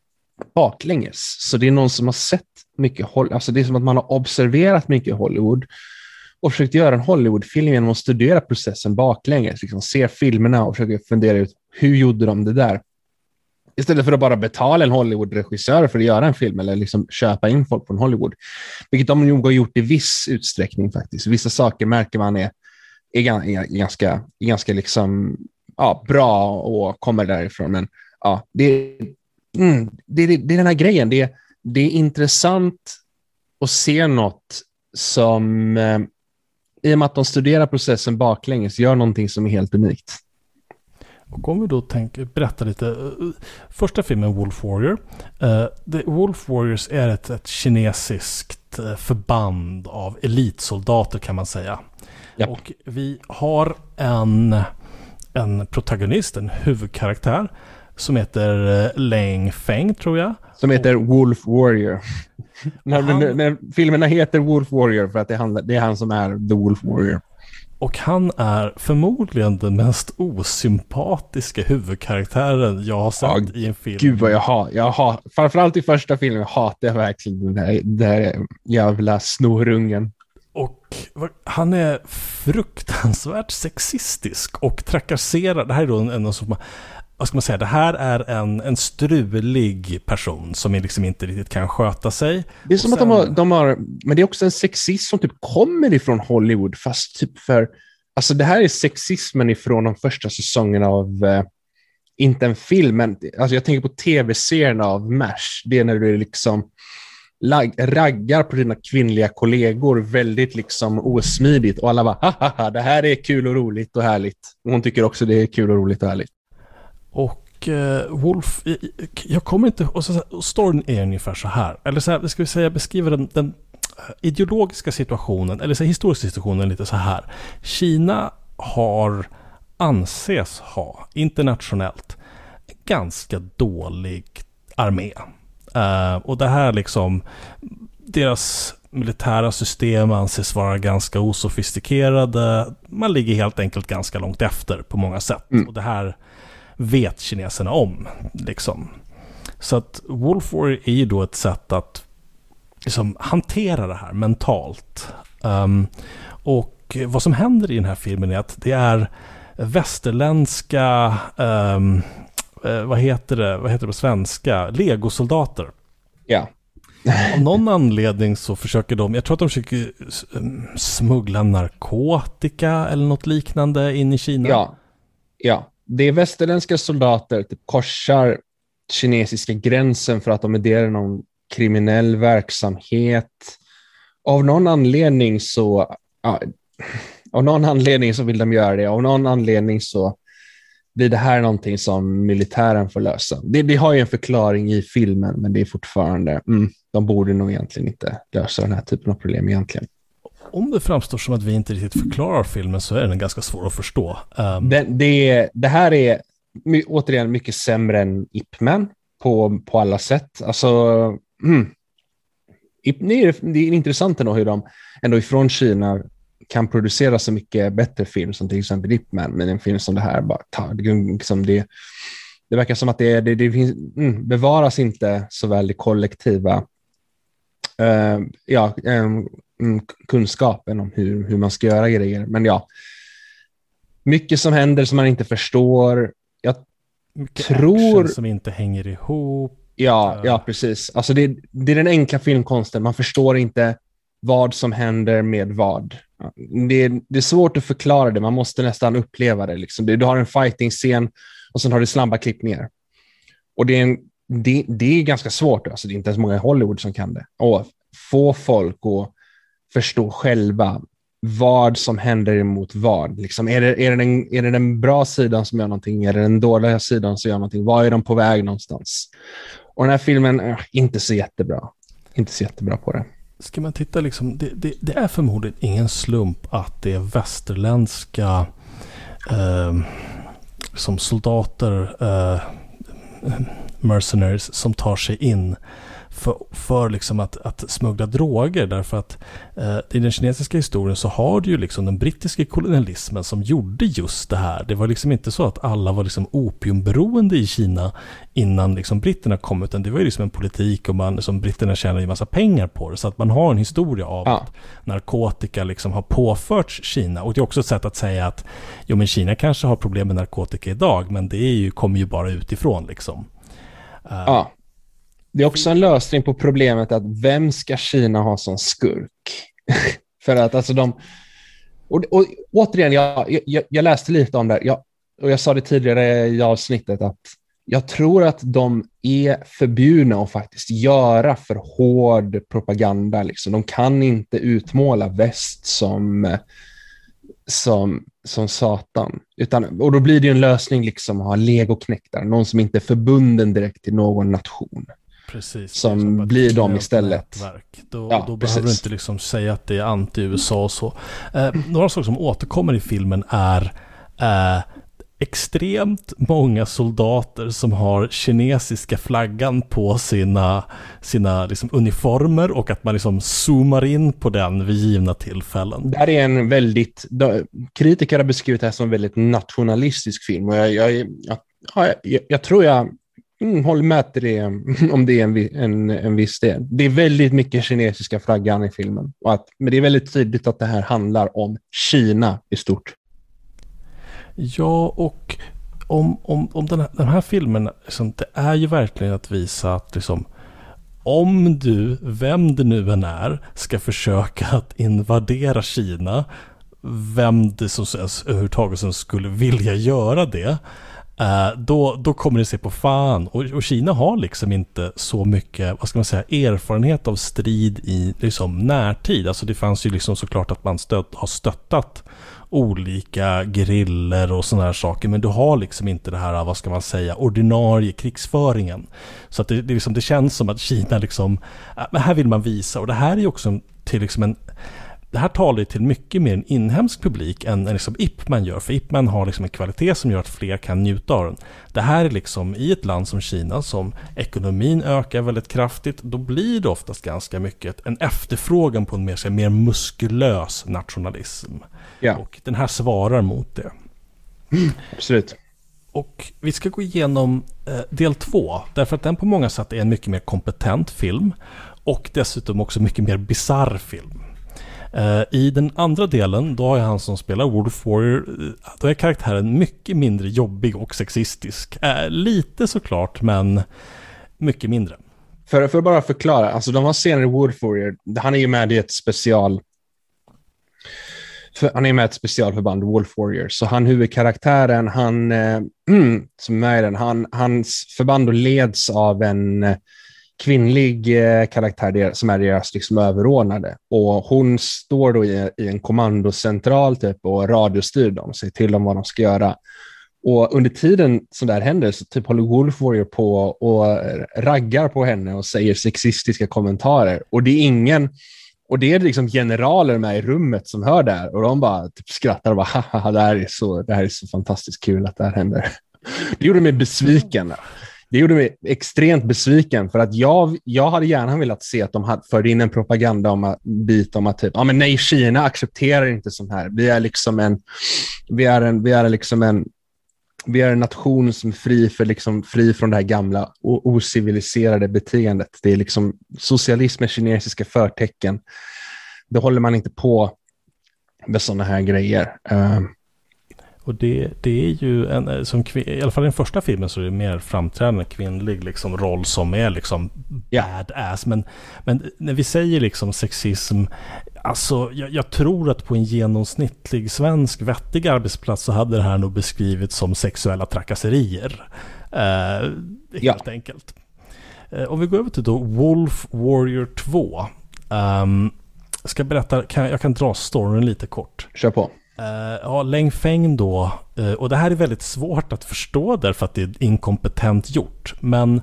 baklänges. Så det är någon som har sett mycket Hollywood, alltså det är som att man har observerat mycket Hollywood och försökt göra en Hollywoodfilm genom att studera processen baklänges, liksom se filmerna och försöka fundera ut hur gjorde de det där. Istället för att bara betala en Hollywood-regissör för att göra en film eller liksom köpa in folk från Hollywood. Vilket de nog har gjort i viss utsträckning faktiskt. Vissa saker märker man är, är, är ganska, är ganska liksom, ja, bra och kommer därifrån. Men ja, det, mm, det, det, det är den här grejen. Det, det är intressant att se något som... Eh, i och med att de studerar processen baklänges gör någonting som är helt unikt. Och om vi då tänker, berätta lite. Uh, första filmen, Wolf Warrior. Uh, The Wolf Warriors är ett, ett kinesiskt uh, förband av elitsoldater kan man säga. Yep. Och vi har en, en protagonist, en huvudkaraktär som heter uh, Lang Feng, tror jag. Som heter och, Wolf Warrior. när, han, när, när filmerna heter Wolf Warrior för att det, handlar, det är han som är The Wolf Warrior. Och han är förmodligen den mest osympatiska huvudkaraktären jag har sett ja, i en film. Gud vad jag har. Jag har framförallt i första filmen hatar jag verkligen den där, den där jävla snorungen. Och han är fruktansvärt sexistisk och trakasserar. Det här är då en, en som... Vad ska man säga? Det här är en, en strulig person som liksom inte riktigt kan sköta sig. Det är som sen... att de har, de har... Men det är också en sexism som typ kommer ifrån Hollywood. Fast typ för... Alltså det här är sexismen ifrån de första säsongerna av... Eh, inte en film, men... Alltså jag tänker på tv-serierna av MASH. Det är när du liksom... Lag, raggar på dina kvinnliga kollegor väldigt liksom osmidigt. Och alla bara, haha, det här är kul och roligt och härligt. Och hon tycker också det är kul och roligt och härligt. Och eh, Wolf, jag kommer inte, och så, och storyn är ungefär så här, eller så här, ska vi säga, beskriva den, den ideologiska situationen, eller så här, historiska situationen lite så här. Kina har, anses ha, internationellt, en ganska dålig armé. Uh, och det här liksom, deras militära system anses vara ganska osofistikerade. Man ligger helt enkelt ganska långt efter på många sätt. Mm. Och det här vet kineserna om. Liksom. Så att Wolf Warrior är ju då ett sätt att liksom hantera det här mentalt. Um, och vad som händer i den här filmen är att det är västerländska um, uh, vad heter det? Vad heter det på svenska? Legosoldater. Ja. Av någon anledning så försöker de, jag tror att de försöker smuggla narkotika eller något liknande in i Kina. Ja, ja. Det är västerländska soldater typ korsar kinesiska gränsen för att de är del av någon kriminell verksamhet. Av någon anledning så ja, av någon anledning så vill de göra det. Av någon anledning så blir det här någonting som militären får lösa. Det, det har ju en förklaring i filmen, men det är fortfarande, mm, de borde nog egentligen inte lösa den här typen av problem egentligen. Om det framstår som att vi inte riktigt förklarar filmen så är den ganska svår att förstå. Um... Det, det, det här är my, återigen mycket sämre än Ip Man på, på alla sätt. Alltså, mm, Ip, det, är, det är intressant ändå hur de ändå ifrån Kina kan producera så mycket bättre film som till exempel Ip Man, men en film som det här bara tar, liksom det, det verkar som att det, det, det finns, mm, bevaras inte så väl det kollektiva uh, ja, um, kunskapen om hur, hur man ska göra grejer. Men ja, mycket som händer som man inte förstår. Jag mycket tror som inte hänger ihop. Ja, ja precis. Alltså det, det är den enkla filmkonsten. Man förstår inte vad som händer med vad. Det, det är svårt att förklara det. Man måste nästan uppleva det. Liksom. Du har en fighting-scen och sen har du snabba klippningar. Och det är, en, det, det är ganska svårt. Alltså det är inte ens många i Hollywood som kan det. Och få folk att förstå själva vad som händer emot vad. Liksom, är, det, är, det den, är det den bra sidan som gör någonting? Är det den dåliga sidan som gör någonting? Var är de på väg någonstans? Och den här filmen är inte så jättebra. Inte så jättebra på det. Ska man titta liksom, det, det, det är förmodligen ingen slump att det är västerländska eh, som soldater, eh, mercenaries som tar sig in för, för liksom att, att smuggla droger, därför att eh, i den kinesiska historien så har du ju liksom den brittiska kolonialismen som gjorde just det här. Det var liksom inte så att alla var liksom opiumberoende i Kina innan liksom britterna kom, utan det var ju liksom en politik och man, som britterna tjänade en massa pengar på det, så att man har en historia av ja. att narkotika liksom har påförts Kina, och det är också ett sätt att säga att jo, men Kina kanske har problem med narkotika idag, men det är ju, kommer ju bara utifrån liksom. Uh, ja. Det är också en lösning på problemet att vem ska Kina ha som skurk? För att alltså de... Och, och återigen, jag, jag, jag läste lite om det. Jag, och jag sa det tidigare i avsnittet att jag tror att de är förbjudna att faktiskt göra för hård propaganda. Liksom. De kan inte utmåla väst som, som, som satan. Utan, och då blir det en lösning liksom att ha legoknäktare. Någon som inte är förbunden direkt till någon nation. Precis, som blir de istället. Nätverk. Då, ja, då precis. behöver du inte liksom säga att det är anti-U S A och så. Eh, några saker som återkommer i filmen är eh, extremt många soldater som har kinesiska flaggan på sina, sina liksom uniformer, och att man liksom zoomar in på den vid givna tillfällen. Det här är en väldigt... Kritiker har beskrivit det här som en väldigt nationalistisk film, och jag, jag, jag, jag, jag tror jag Mm, håller med till det, om det är en, en, en viss del. Det är väldigt mycket kinesiska flaggan i filmen. Och att, men det är väldigt tydligt att det här handlar om Kina i stort. Ja, och om, om, om den, här, den här filmen, liksom, det är ju verkligen att visa att liksom, om du, vem det nu än är, ska försöka att invadera Kina, vem det som överhuvudtaget som skulle vilja göra det, Uh, då, då kommer det se på fan, och, och Kina har liksom inte så mycket, vad ska man säga, erfarenhet av strid i liksom närtid. Alltså det fanns ju liksom såklart att man stött, har stöttat olika griller och såna här saker, men du har liksom inte det här, vad ska man säga, ordinarie krigsföringen. Så att det, det, liksom, det känns som att Kina liksom, uh, men här vill man visa, och det här är ju också till liksom en det här talar ju till mycket mer en inhemsk publik än, än liksom Ip Man gör. För Ip Man har liksom en kvalitet som gör att fler kan njuta av den. Det här är liksom i ett land som Kina, som ekonomin ökar väldigt kraftigt, då blir det oftast ganska mycket en efterfrågan på en mer, mer muskulös nationalism. Ja. Och den här svarar mot det. Mm, absolut. Och vi ska gå igenom eh, del två, därför att den på många sätt är en mycket mer kompetent film, och dessutom också mycket mer bizarr film. Uh, I den andra delen, då har jag han som spelar Wolf Warrior, då är karaktären mycket mindre jobbig och sexistisk. Uh, lite såklart, men mycket mindre. För, för att bara förklara, alltså de har scener i Wolf Warrior, han är ju med i ett special för, han är med i ett specialförband, Wolf Warrior, så han huvudkaraktären, han eh, mm, som är med i den, han, hans förband leds av en kvinnlig eh, karaktär der, som är deras liksom överordnade. Och hon står då i, i en kommandocentral typ, och radiostyr dem, säger till dem vad de ska göra. Och under tiden som det här händer så typ håller Wolf Warrior på och raggar på henne och säger sexistiska kommentarer. Och det är ingen, och det är liksom generaler med i rummet som hör det här. Och de bara typ skrattar och bara, haha, det här är så, det här är så fantastiskt kul att det här händer. Det gjorde mig besviken. Det gjorde mig extremt besviken, för att jag, jag hade gärna velat se att de hade förde in en propaganda om att bit om att typ, ja men nej, Kina accepterar inte sånt här. Vi är liksom en, vi är en, vi är liksom en, vi är en nation som är fri, för liksom, fri från det här gamla och ociviliserade beteendet. Det är liksom socialism med kinesiska förtecken. Då håller man inte på med såna här grejer. Uh, Och det, det är ju en, som kvin- i alla fall i den första filmen så är det mer framträdande kvinnlig liksom roll som är liksom yeah. badass. Men, men när vi säger liksom sexism, alltså jag, jag tror att på en genomsnittlig svensk vettig arbetsplats så hade det här nog beskrivits som sexuella trakasserier. Eh, helt ja. enkelt. Eh, om vi går över till då Wolf Warrior två. Um, ska berätta, kan, jag kan dra storyn lite kort. Kör på. Uh, ja, Leng Feng då, uh, och det här är väldigt svårt att förstå därför att det är inkompetent gjort, men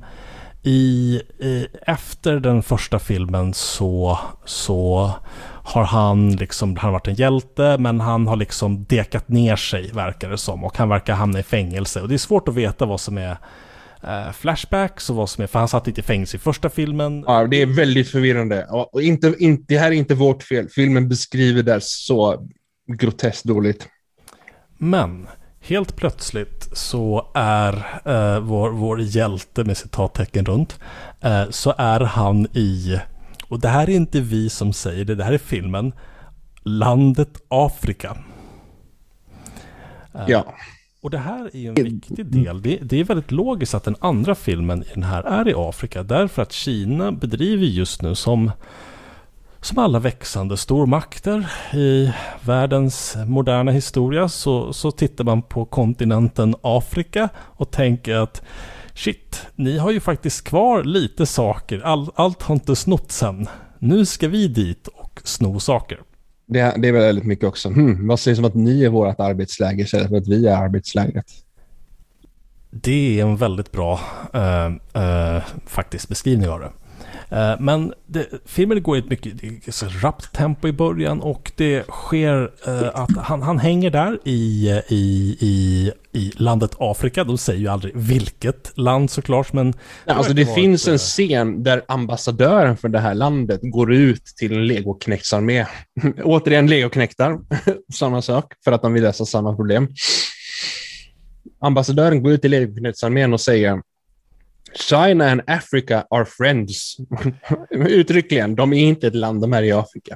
i, i efter den första filmen så, så har han liksom, han har varit en hjälte, men han har liksom dekat ner sig, verkar det som, och han verkar hamna i fängelse, och det är svårt att veta vad som är uh, flashbacks och vad som är, för han satt inte i fängelse i första filmen. Ja, det är väldigt förvirrande, och inte, inte, det här är inte vårt fel, filmen beskriver det så groteskt dåligt. Men helt plötsligt så är eh, vår, vår hjälte med citattecken runt eh, så är han i, och det här är inte vi som säger det, det här är filmen, landet Afrika. Eh, ja. Och det här är ju en viktig del. Det, det är väldigt logiskt att den andra filmen i den här är i Afrika, därför att Kina bedriver just nu som Som alla växande stormakter i världens moderna historia så, så tittar man på kontinenten Afrika och tänker att shit, ni har ju faktiskt kvar lite saker. All, allt har inte snott sen. Nu ska vi dit och sno saker. Det, det är väldigt mycket också. Hmm, vad sägs om att ni är vårt arbetsläger istället för att vi är arbetslägret? Det är en väldigt bra uh, uh, faktisk beskrivning av det. Men det, filmen går i ett mycket så rappt tempo i början, och det sker uh, att han, han hänger där i, i, i, i landet Afrika. De säger ju aldrig vilket land såklart, men ja, alltså det finns ett, en scen där ambassadören för det här landet går ut till en legoknektsarmé. Återigen legoknektar, samma sak, för att de vill lösa samma problem. Ambassadören går ut till legoknektsarmén och säger: China and Africa are friends. Uttryckligen, de är inte ett land, de är i Afrika.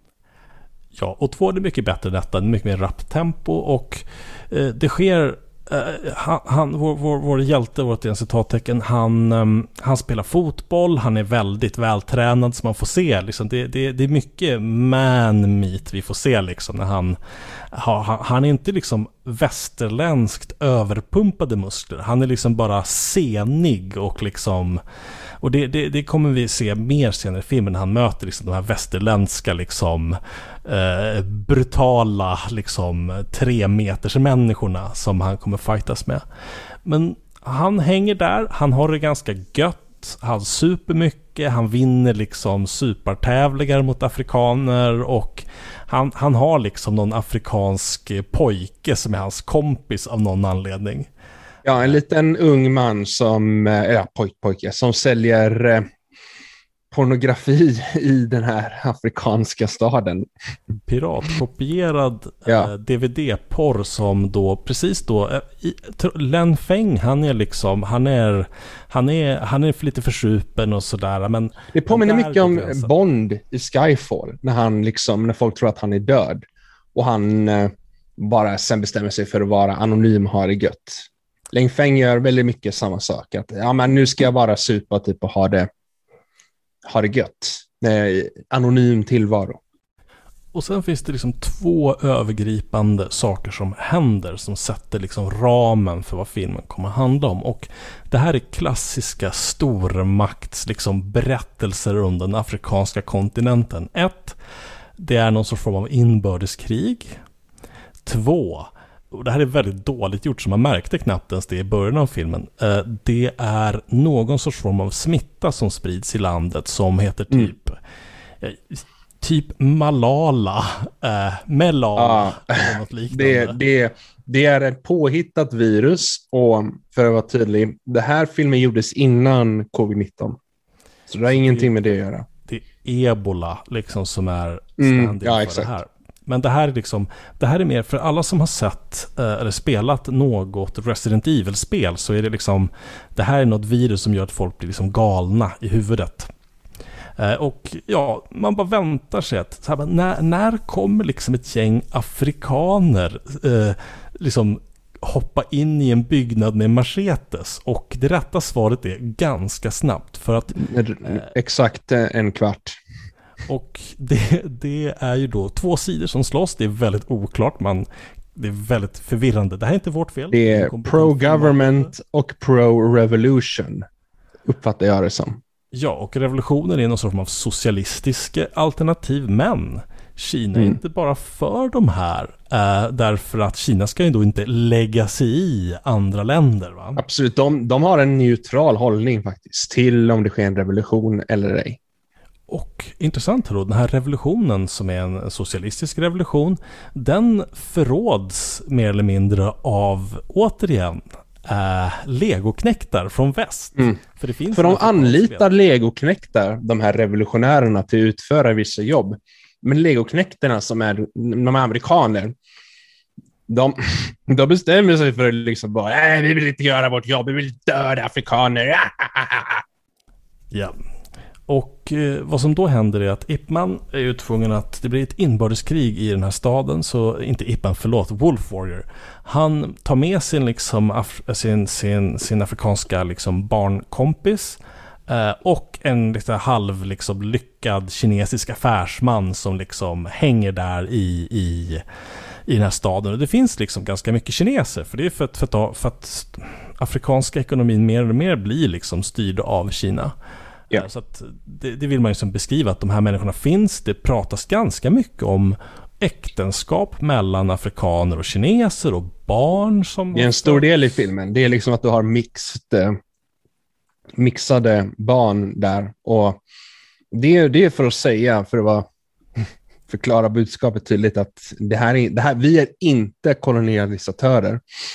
Ja, och två är mycket bättre än detta, mycket mer rappt tempo, och eh, det sker eh, han, han, vår, vår, vår hjälte, vårt citattecken, han, um, han spelar fotboll, han är väldigt vältränad, som man får se liksom, det, det, det är mycket man-meat vi får se liksom, när han, han han är inte liksom västerländskt överpumpade muskler, han är liksom bara senig, och liksom, och det, det, det kommer vi se mer senare i filmen, han möter liksom de här västerländska liksom eh, brutala liksom tre meters människorna som han kommer fightas med. Men han hänger där, han har det ganska gött, han super mycket, han vinner liksom supertävlingar mot afrikaner, och han, han har liksom någon afrikansk pojke som är hans kompis av någon anledning. Ja, en liten ung man som, ja, pojk, pojke, som säljer eh, pornografi i den här afrikanska staden. Piratkopierad ja. eh, D V D-porr som då, precis då, eh, i, Len Feng, han är liksom, han är, han är, han är lite försupen och sådär, men det påminner mycket om gränsen. Bond i Skyfall, när han liksom, när folk tror att han är död, och han eh, bara sen bestämmer sig för att vara anonym och ha det gött. Leng Feng gör väldigt mycket samma sak. Att, ja, men nu ska jag bara supa typ, och ha det, ha det gött. Eh, anonym tillvaro. Och sen finns det liksom två övergripande saker som händer som sätter liksom ramen för vad filmen kommer att handla om. Och det här är klassiska stormakts liksom berättelser om den afrikanska kontinenten. Ett, det är någon sorts form av inbördeskrig. Två, och det här är väldigt dåligt gjort så man märkte knappt ens det i början av filmen. Det är någon sorts form av smitta som sprids i landet som heter typ... Mm. Typ Malala, äh, Melala ah, eller något liknande. Det, det, det är ett påhittat virus och för att vara tydlig, det här filmen gjordes innan covid nitton. Så det har så ingenting det, med det att göra. Det är Ebola liksom som är stand-in mm, ja, för exakt. Det här. Men det här är liksom, det här är mer för alla som har sett eh, eller spelat något Resident Evil-spel så är det liksom, det här är något virus som gör att folk blir liksom galna i huvudet. Och ja, man bara väntar sig att så här, när, när kommer liksom ett gäng afrikaner eh, liksom hoppa in i en byggnad med machetes? Och det rätta svaret är ganska snabbt för att eh, exakt en kvart. Och det, det är ju då två sidor som slåss. Det är väldigt oklart, man, det är väldigt förvirrande. Det här är inte vårt fel. Det är pro-government och pro-revolution uppfattar jag det som. Ja, och revolutionen är någon sorts av socialistisk alternativ, men Kina är mm. inte bara för de här, äh, därför att Kina ska ju då inte lägga sig i andra länder, va? Absolut, de, de har en neutral hållning faktiskt till om det sker en revolution eller ej. Och intressant då, den här revolutionen som är en socialistisk revolution, den förråds mer eller mindre av, återigen, Uh, legoknektar från väst. Mm. För, det finns För de anlitar legoknektar, de här revolutionärerna, till att utföra vissa jobb. Men legoknektarna som är de amerikaner, de, de bestämmer sig för liksom bara, nej, vi vill inte göra vårt jobb, vi vill döda afrikaner. Ja. Och eh, vad som då händer är att Ip Man är ju tvungen att det blir ett inbördeskrig i den här staden, så inte Ip Man, förlåt, Wolf Warrior. Han tar med sin liksom af- sin, sin, sin afrikanska liksom barnkompis eh, och en lite halv liksom lyckad kinesisk affärsman som liksom hänger där i, i, i den här staden. Och det finns liksom ganska mycket kineser, för det är för att, för att, för att afrikanska ekonomin mer och mer blir liksom styrd av Kina. Ja. Så att det, det vill man ju som beskriva att de här människorna finns. Det pratas ganska mycket om äktenskap mellan afrikaner och kineser och barn som... Det är en stor del i filmen. Det är liksom att du har mixed, mixade barn där. Och det, det är för att säga, för att vara, förklara budskapet tydligt, att det här är, det här, vi är inte kolonialisatörer.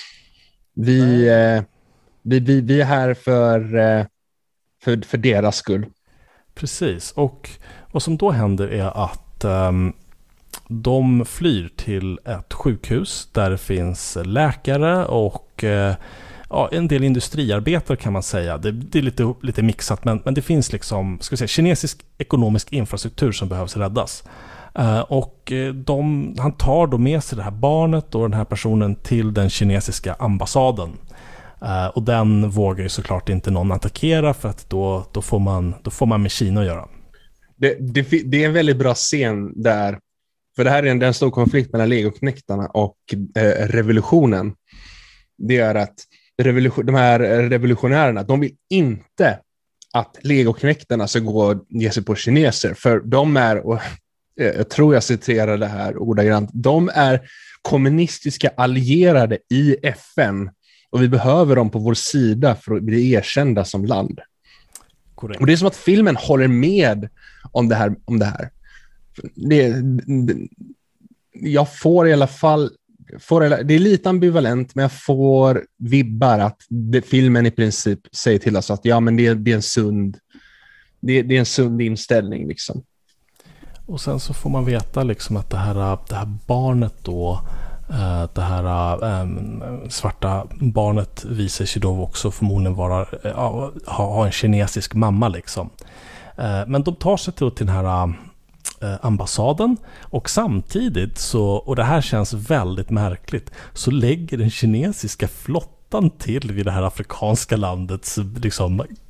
Vi, eh, vi, vi, vi är här för... Eh, För, för deras skull. Precis, och vad som då händer är att um, de flyr till ett sjukhus där det finns läkare och uh, ja, en del industriarbetare kan man säga. Det, det är lite, lite mixat, men, men det finns liksom, ska vi säga, kinesisk ekonomisk infrastruktur som behövs räddas. Uh, och de, han tar då med sig det här barnet och den här personen till den kinesiska ambassaden. Uh, och den vågar ju såklart inte någon attackera, för att då, då, får, man, då får man med Kina att göra. Det, det, det är en väldigt bra scen där, för det här är en, en stor konflikt mellan legoknektarna och eh, revolutionen. Det är att revolution, de här revolutionärerna, de vill inte att legoknektarna ska gå och ge sig på kineser, för de är, och eh, jag tror jag citerar det här ordagrant, de är kommunistiska allierade i F N. Och vi behöver dem på vår sida för att bli erkända som land. Korrekt. Och det är som att filmen håller med om det här. Om det här. Det, det, jag får i alla fall... Får, det är lite ambivalent, men jag får vibbar att det, filmen i princip säger till oss att ja, men det, det är en sund... Det, det är en sund inställning, liksom. Och sen så får man veta liksom att det här, det här barnet då... Det här ähm, svarta barnet visar sig då också förmodligen vara, äh, ha, ha en kinesisk mamma liksom. Äh, men de tar sig till, till den här äh, ambassaden, och samtidigt så, och det här känns väldigt märkligt, så lägger den kinesiska flottan till vid det här afrikanska landets liksom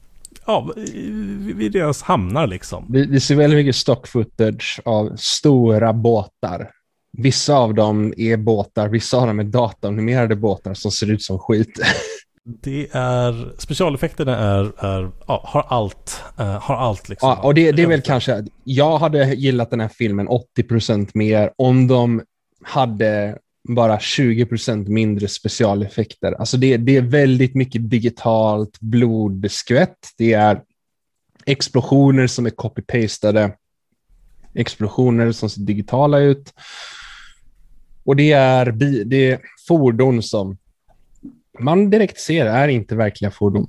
ja, vid deras hamnar liksom. Vi, vi ser väldigt mycket stock footage av stora båtar. Vissa av dem är båtar, vissa av dem är datoranimerade båtar som ser ut som skit. Det är, specialeffekterna är, är ja, har allt, uh, har allt liksom. Ja, och det, det är väl kanske, jag hade gillat den här filmen åttio procent mer om de hade bara tjugo procent mindre specialeffekter. Alltså det, det är väldigt mycket digitalt blodskvätt. Det är explosioner som är copy-pastade. Explosioner som ser digitala ut. Och det är, det är fordon som man direkt ser är inte verkliga fordon.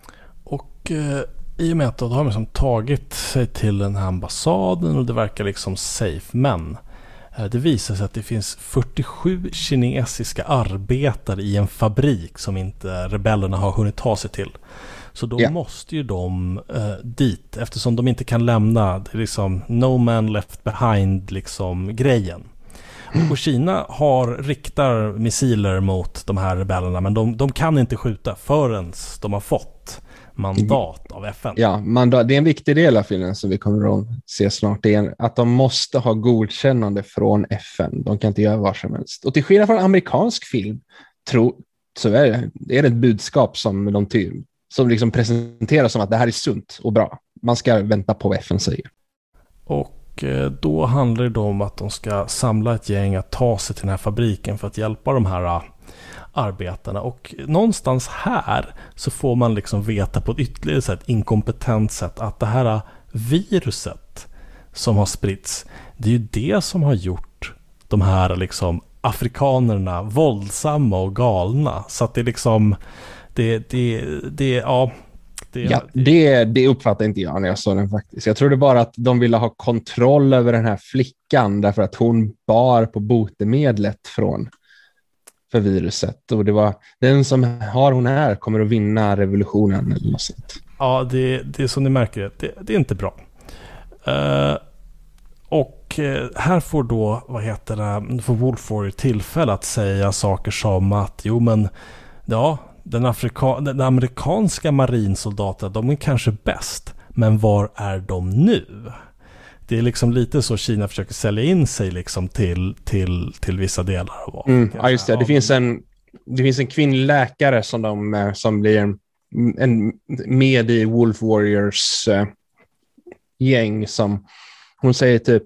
Och eh, i och med att då har man liksom tagit sig till den här ambassaden och det verkar liksom safe, men eh, det visar sig att det finns fyrtiosju kinesiska arbetare i en fabrik som inte rebellerna har hunnit ta sig till. Så då yeah. måste ju de eh, dit, eftersom de inte kan lämna, det är liksom no man left behind liksom grejen. Och Kina har riktar missiler mot de här rebellerna, men de, de kan inte skjuta förrän de har fått mandat av F N. Ja, mandat, det är en viktig del av filmen som vi kommer att se snart. Det är att de måste ha godkännande från F N. De kan inte göra vad som helst. Och till skillnad från amerikansk film tro, så är det, det är ett budskap som de ty, som liksom presenteras som att det här är sunt och bra. Man ska vänta på vad F N säger. Och då handlar det om att de ska samla ett gäng att ta sig till den här fabriken för att hjälpa de här uh, arbetarna. Och någonstans här så får man liksom veta på ett ytterligare sätt, inkompetent sätt, att det här uh, viruset som har spritts, det är ju det som har gjort de här liksom afrikanerna våldsamma och galna. Så att det liksom det, det, det ja Det, ja, det, det uppfattar inte jag när jag såg den faktiskt. Jag trodde bara att de ville ha kontroll över den här flickan därför att hon bar på botemedlet från för viruset. Och det var den som har hon här kommer att vinna revolutionen eller något sånt. Ja, det, det är som ni märker, det, det är inte bra. Uh, och uh, här får då, vad heter det, får Wolf Warrior tillfälle att säga saker som att, jo men, ja, Den, afrika- den amerikanska marinsoldaten, de är kanske bäst, men var är de nu? Det är liksom lite så Kina försöker sälja in sig liksom till, till, till vissa delar av Afrika. Mm, ja, just det. Det finns en, det finns en kvinnlig läkare som, de, som blir en, en, med i Wolf Warriors uh, gäng som hon säger typ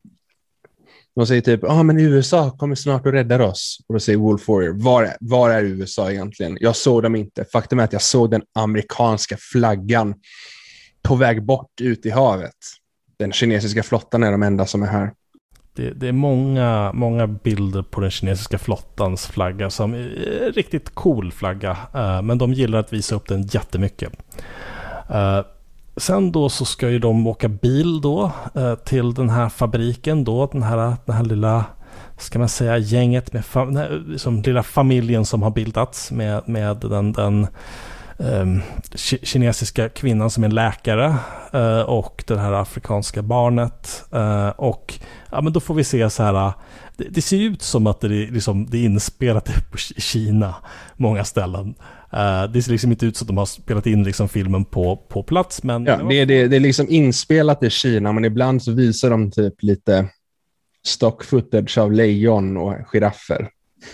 De säger typ, ja ah, men U S A kommer snart att rädda oss. Och då säger Wolf Warrior, var är, var är U S A egentligen? Jag såg dem inte. Faktum är att jag såg den amerikanska flaggan på väg bort ut i havet. Den kinesiska flottan är de enda som är här. Det, det är många, många bilder på den kinesiska flottans flagga som är riktigt cool flagga. Uh, men de gillar att visa upp den jättemycket. Uh, Sen då så ska ju de åka bil då eh, till den här fabriken då, den här, den här lilla, ska man säga, gänget med fam- den här, liksom, lilla familjen som har bildats med, med den, den um, kinesiska kvinnan som är läkare uh, och det här afrikanska barnet uh, och ja, men då får vi se så här, det, det ser ut som att det är, liksom, det är inspelat på Kina många ställen. Uh, det ser liksom inte ut så att de har spelat in liksom filmen på, på plats. Men ja, det, det, det är liksom inspelat i Kina, men ibland så visar de typ lite stock footage av lejon och giraffer.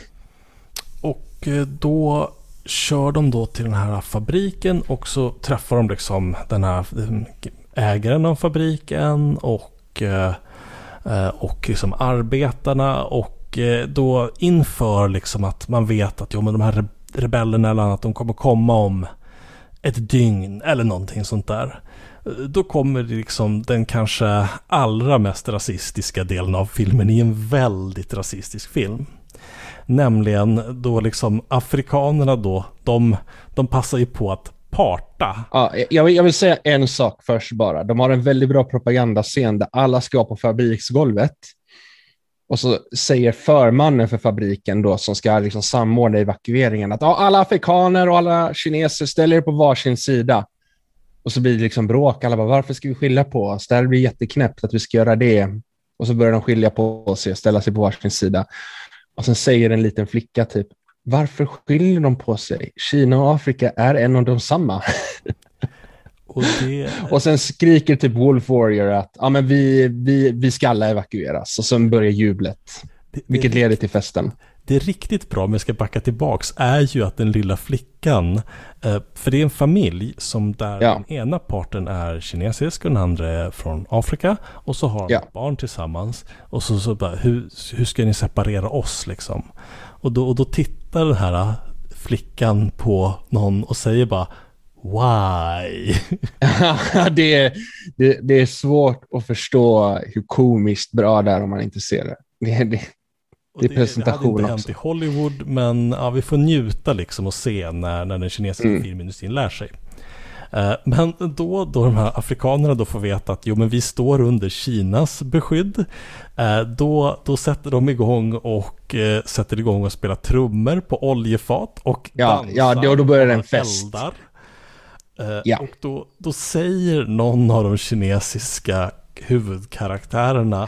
Och då kör de då till den här fabriken och så träffar de liksom den här ägaren av fabriken och, och liksom arbetarna och då inför liksom att man vet att jo, men de här rebellerna eller annat, de kommer komma om ett dygn eller någonting sånt där. Då kommer det liksom den kanske allra mest rasistiska delen av filmen i en väldigt rasistisk film. Nämligen då liksom afrikanerna då, de, de passar ju på att parta. Ja, jag, vill, jag vill säga en sak först bara. De har en väldigt bra propagandascen där alla ska på fabriksgolvet. Och så säger förmannen för fabriken då, som ska liksom samordna evakueringen, att ja, alla afrikaner och alla kineser ställer er på varsin sida. Och så blir det liksom bråk. Alla bara, varför ska vi skilja på oss? Det här blir jätteknäppt att vi ska göra det. Och så börjar de skilja på sig och ställa sig på varsin sida. Och sen säger en liten flicka typ, varför skiljer de på sig? Kina och Afrika är en av de samma. Och, det... och sen skriker typ Wolf Warrior att ja, men vi, vi, vi ska alla evakueras. Och sen börjar jublet. Det, det vilket leder till festen. Det är riktigt bra, om jag ska backa tillbaks, är ju att den lilla flickan, för det är en familj som där ja. den ena parten är kinesisk och den andra är från Afrika, och så har de ja. barn tillsammans, och så, så bara, hur, hur ska ni separera oss liksom? Och då, och då tittar den här flickan på någon och säger bara why? det, är, det, det är svårt att förstå hur komiskt bra det är om man inte ser det. Det, det Det, det, presentation det hade inte hänt i Hollywood, men ja, vi får njuta liksom och se när, när den kinesiska mm. filmindustrin lär sig. Uh, men då, då de här afrikanerna då får veta att jo, men vi står under Kinas beskydd, uh, då, då sätter de igång och uh, sätter igång och spelar trummor på oljefat och ja, dansar. Ja, då, då börjar det en fest. Uh, ja. Och då, då säger någon av de kinesiska huvudkaraktärerna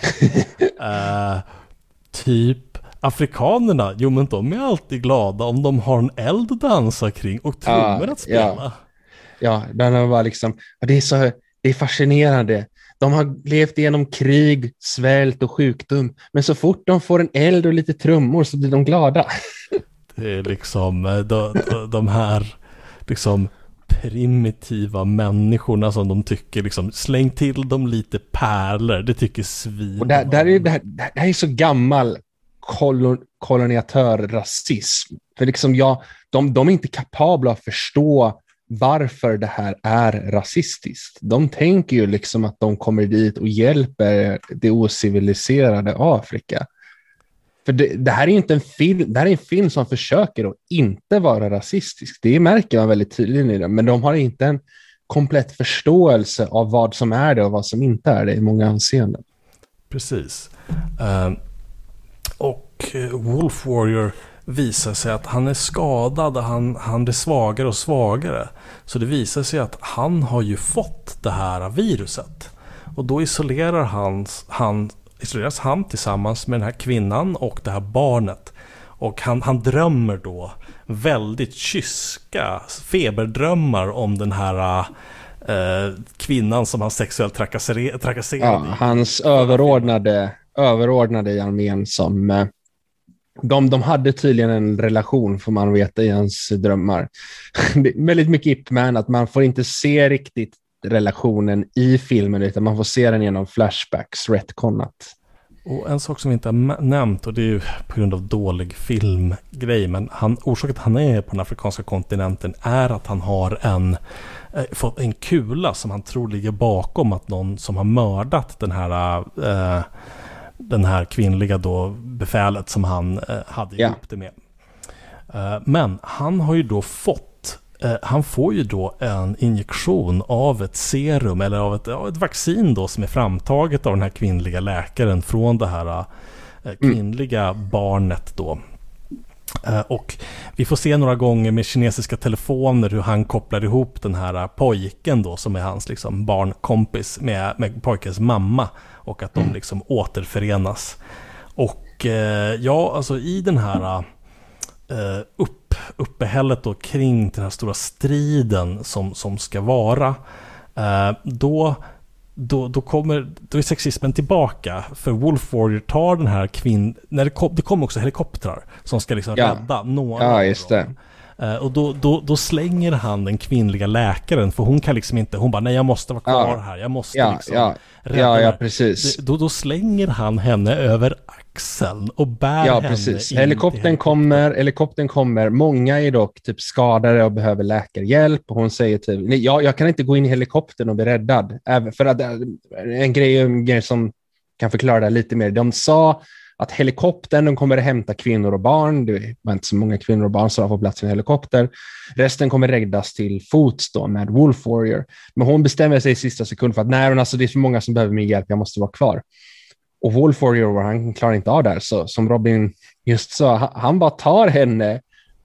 uh, typ afrikanerna, jo men de är alltid glada om de har en eld att dansa kring och trummor ja, att spela. Ja, ja den var liksom, det är så, det är fascinerande. De har levt igenom krig, svält och sjukdom, men så fort de får en eld och lite trummor så blir de glada. Det är liksom de, de här liksom primitiva människorna som de tycker liksom, släng till dem lite pärlor, det tycker svin. Och där, där är, det, här, det här är så gammal kolon, koloniatör-rasism. För liksom jag, de, de är inte kapabla att förstå varför det här är rasistiskt. De tänker ju liksom att de kommer dit och hjälper det ociviliserade Afrika. För det, det här är ju inte en film, det här är en film som försöker att inte vara rasistisk. Det märker man väldigt tydligt i den, men de har inte en komplett förståelse av vad som är det och vad som inte är det i många avseenden. Precis. Uh, och Wolf Warrior visar sig att han är skadad och han, han blir svagare och svagare. Så det visar sig att han har ju fått det här viruset. Och då isolerar hans, han, isoleras han tillsammans med den här kvinnan och det här barnet. Och han, han drömmer då väldigt kyska feberdrömmar om den här äh, kvinnan som han sexuellt trakasserade. trakasserade ja, hans överordnade, överordnade i armén som... Äh, De, de hade tydligen en relation, får man veta i hans drömmar. Det är väldigt mycket Ip Man, att man får inte se riktigt relationen i filmen, utan man får se den genom flashbacks, retconat. Och en sak som vi inte har nämnt, och det är ju på grund av dålig filmgrej, men han, orsaken att han är på den afrikanska kontinenten är att han har en, eh, fått en kula som han tror ligger bakom att någon som har mördat den här... Eh, den här kvinnliga då befälet som han eh, hade ja. ihop det med. Eh, men han har ju då fått, eh, han får ju då en injektion av ett serum eller av ett, av ett vaccin då som är framtaget av den här kvinnliga läkaren från det här eh, kvinnliga mm. barnet då. Eh, och vi får se några gånger med kinesiska telefoner hur han kopplar ihop den här pojken då som är hans liksom barnkompis med, med pojkens mamma. Och att de liksom återförenas. Och eh, ja, alltså i den här eh, upp, uppehället då kring den här stora striden som, som ska vara. Eh, då, då, då kommer då är sexismen tillbaka. För Wolf Warrior tar den här kvinnan... När det, kom, det kommer också helikoptrar som ska liksom ja. rädda några. Ja, just det. Uh, och då, då, då slänger han den kvinnliga läkaren, för hon kan liksom inte, hon bara nej jag måste vara kvar ja. här, jag måste ja, liksom ja. rädda ja, ja, mig. precis. Då, då slänger han henne över axeln och bär ja, henne precis. in Helikoptern helikoptern. kommer, helikoptern kommer, många är dock typ skadade och behöver läkarhjälp, och hon säger typ, nej, jag, jag kan inte gå in i helikoptern och bli räddad. Även för att en grej, en grej som kan förklara det lite mer, de sa att helikoptern, de kommer att hämta kvinnor och barn. Det var inte så många kvinnor och barn som får plats i en helikopter. Resten kommer räddas till fots då med Wolf Warrior. Men hon bestämmer sig i sista sekund för att nej, alltså, det är så många som behöver min hjälp, jag måste vara kvar. Och Wolf Warrior, han klarar inte av det här. Så som Robin just sa, han bara tar henne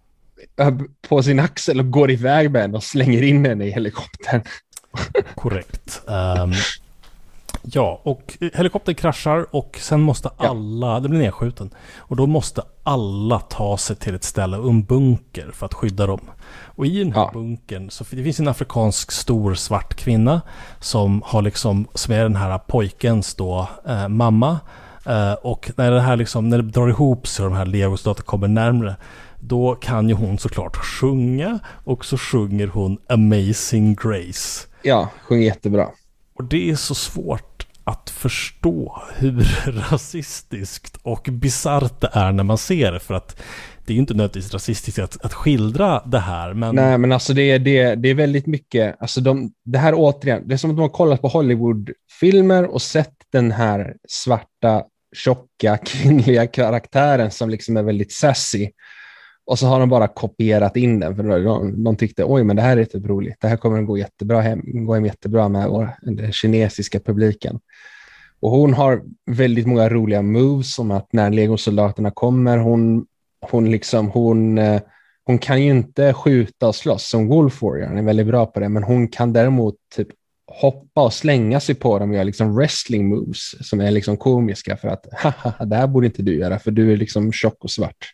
på sin axel och går iväg med henne och slänger in henne i helikoptern. Korrekt. Um... Ja, och helikoptern kraschar och sen måste alla, ja. det blir nedskjuten. Och då måste alla ta sig till ett ställe, en bunker för att skydda dem. Och i den här ja. bunkern så det finns en afrikansk stor svart kvinna som har liksom, som är den här pojkens då eh, mamma. Eh, och när det här liksom, när det drar ihop sig och de här legosoldaterna kommer närmare, då kan ju hon såklart sjunga, och så sjunger hon Amazing Grace. Ja, sjunger jättebra. Och det är så svårt att förstå hur rasistiskt och bizarrt det är när man ser det, för att det är ju inte nödvändigtvis rasistiskt att, att skildra det här. Men... Nej, men alltså det är, det, det är väldigt mycket, alltså de, det här återigen, det är som att de har kollat på Hollywood-filmer och sett den här svarta, tjocka, kvinnliga karaktären som liksom är väldigt sassy. Och så har de bara kopierat in den, för de, de tyckte, oj, men det här är typ roligt. Det här kommer att gå jättebra hem, gå hem jättebra med vår, den kinesiska publiken. Och hon har väldigt många roliga moves, som att när legosoldaterna kommer, hon, hon, liksom, hon, hon kan ju inte skjuta och slåss som Wolf Warrior. Hon är väldigt bra på det, men hon kan däremot typ hoppa och slänga sig på dem och göra liksom wrestling moves som är liksom komiska, för att haha, det här borde inte du göra, för du är liksom tjock och svart.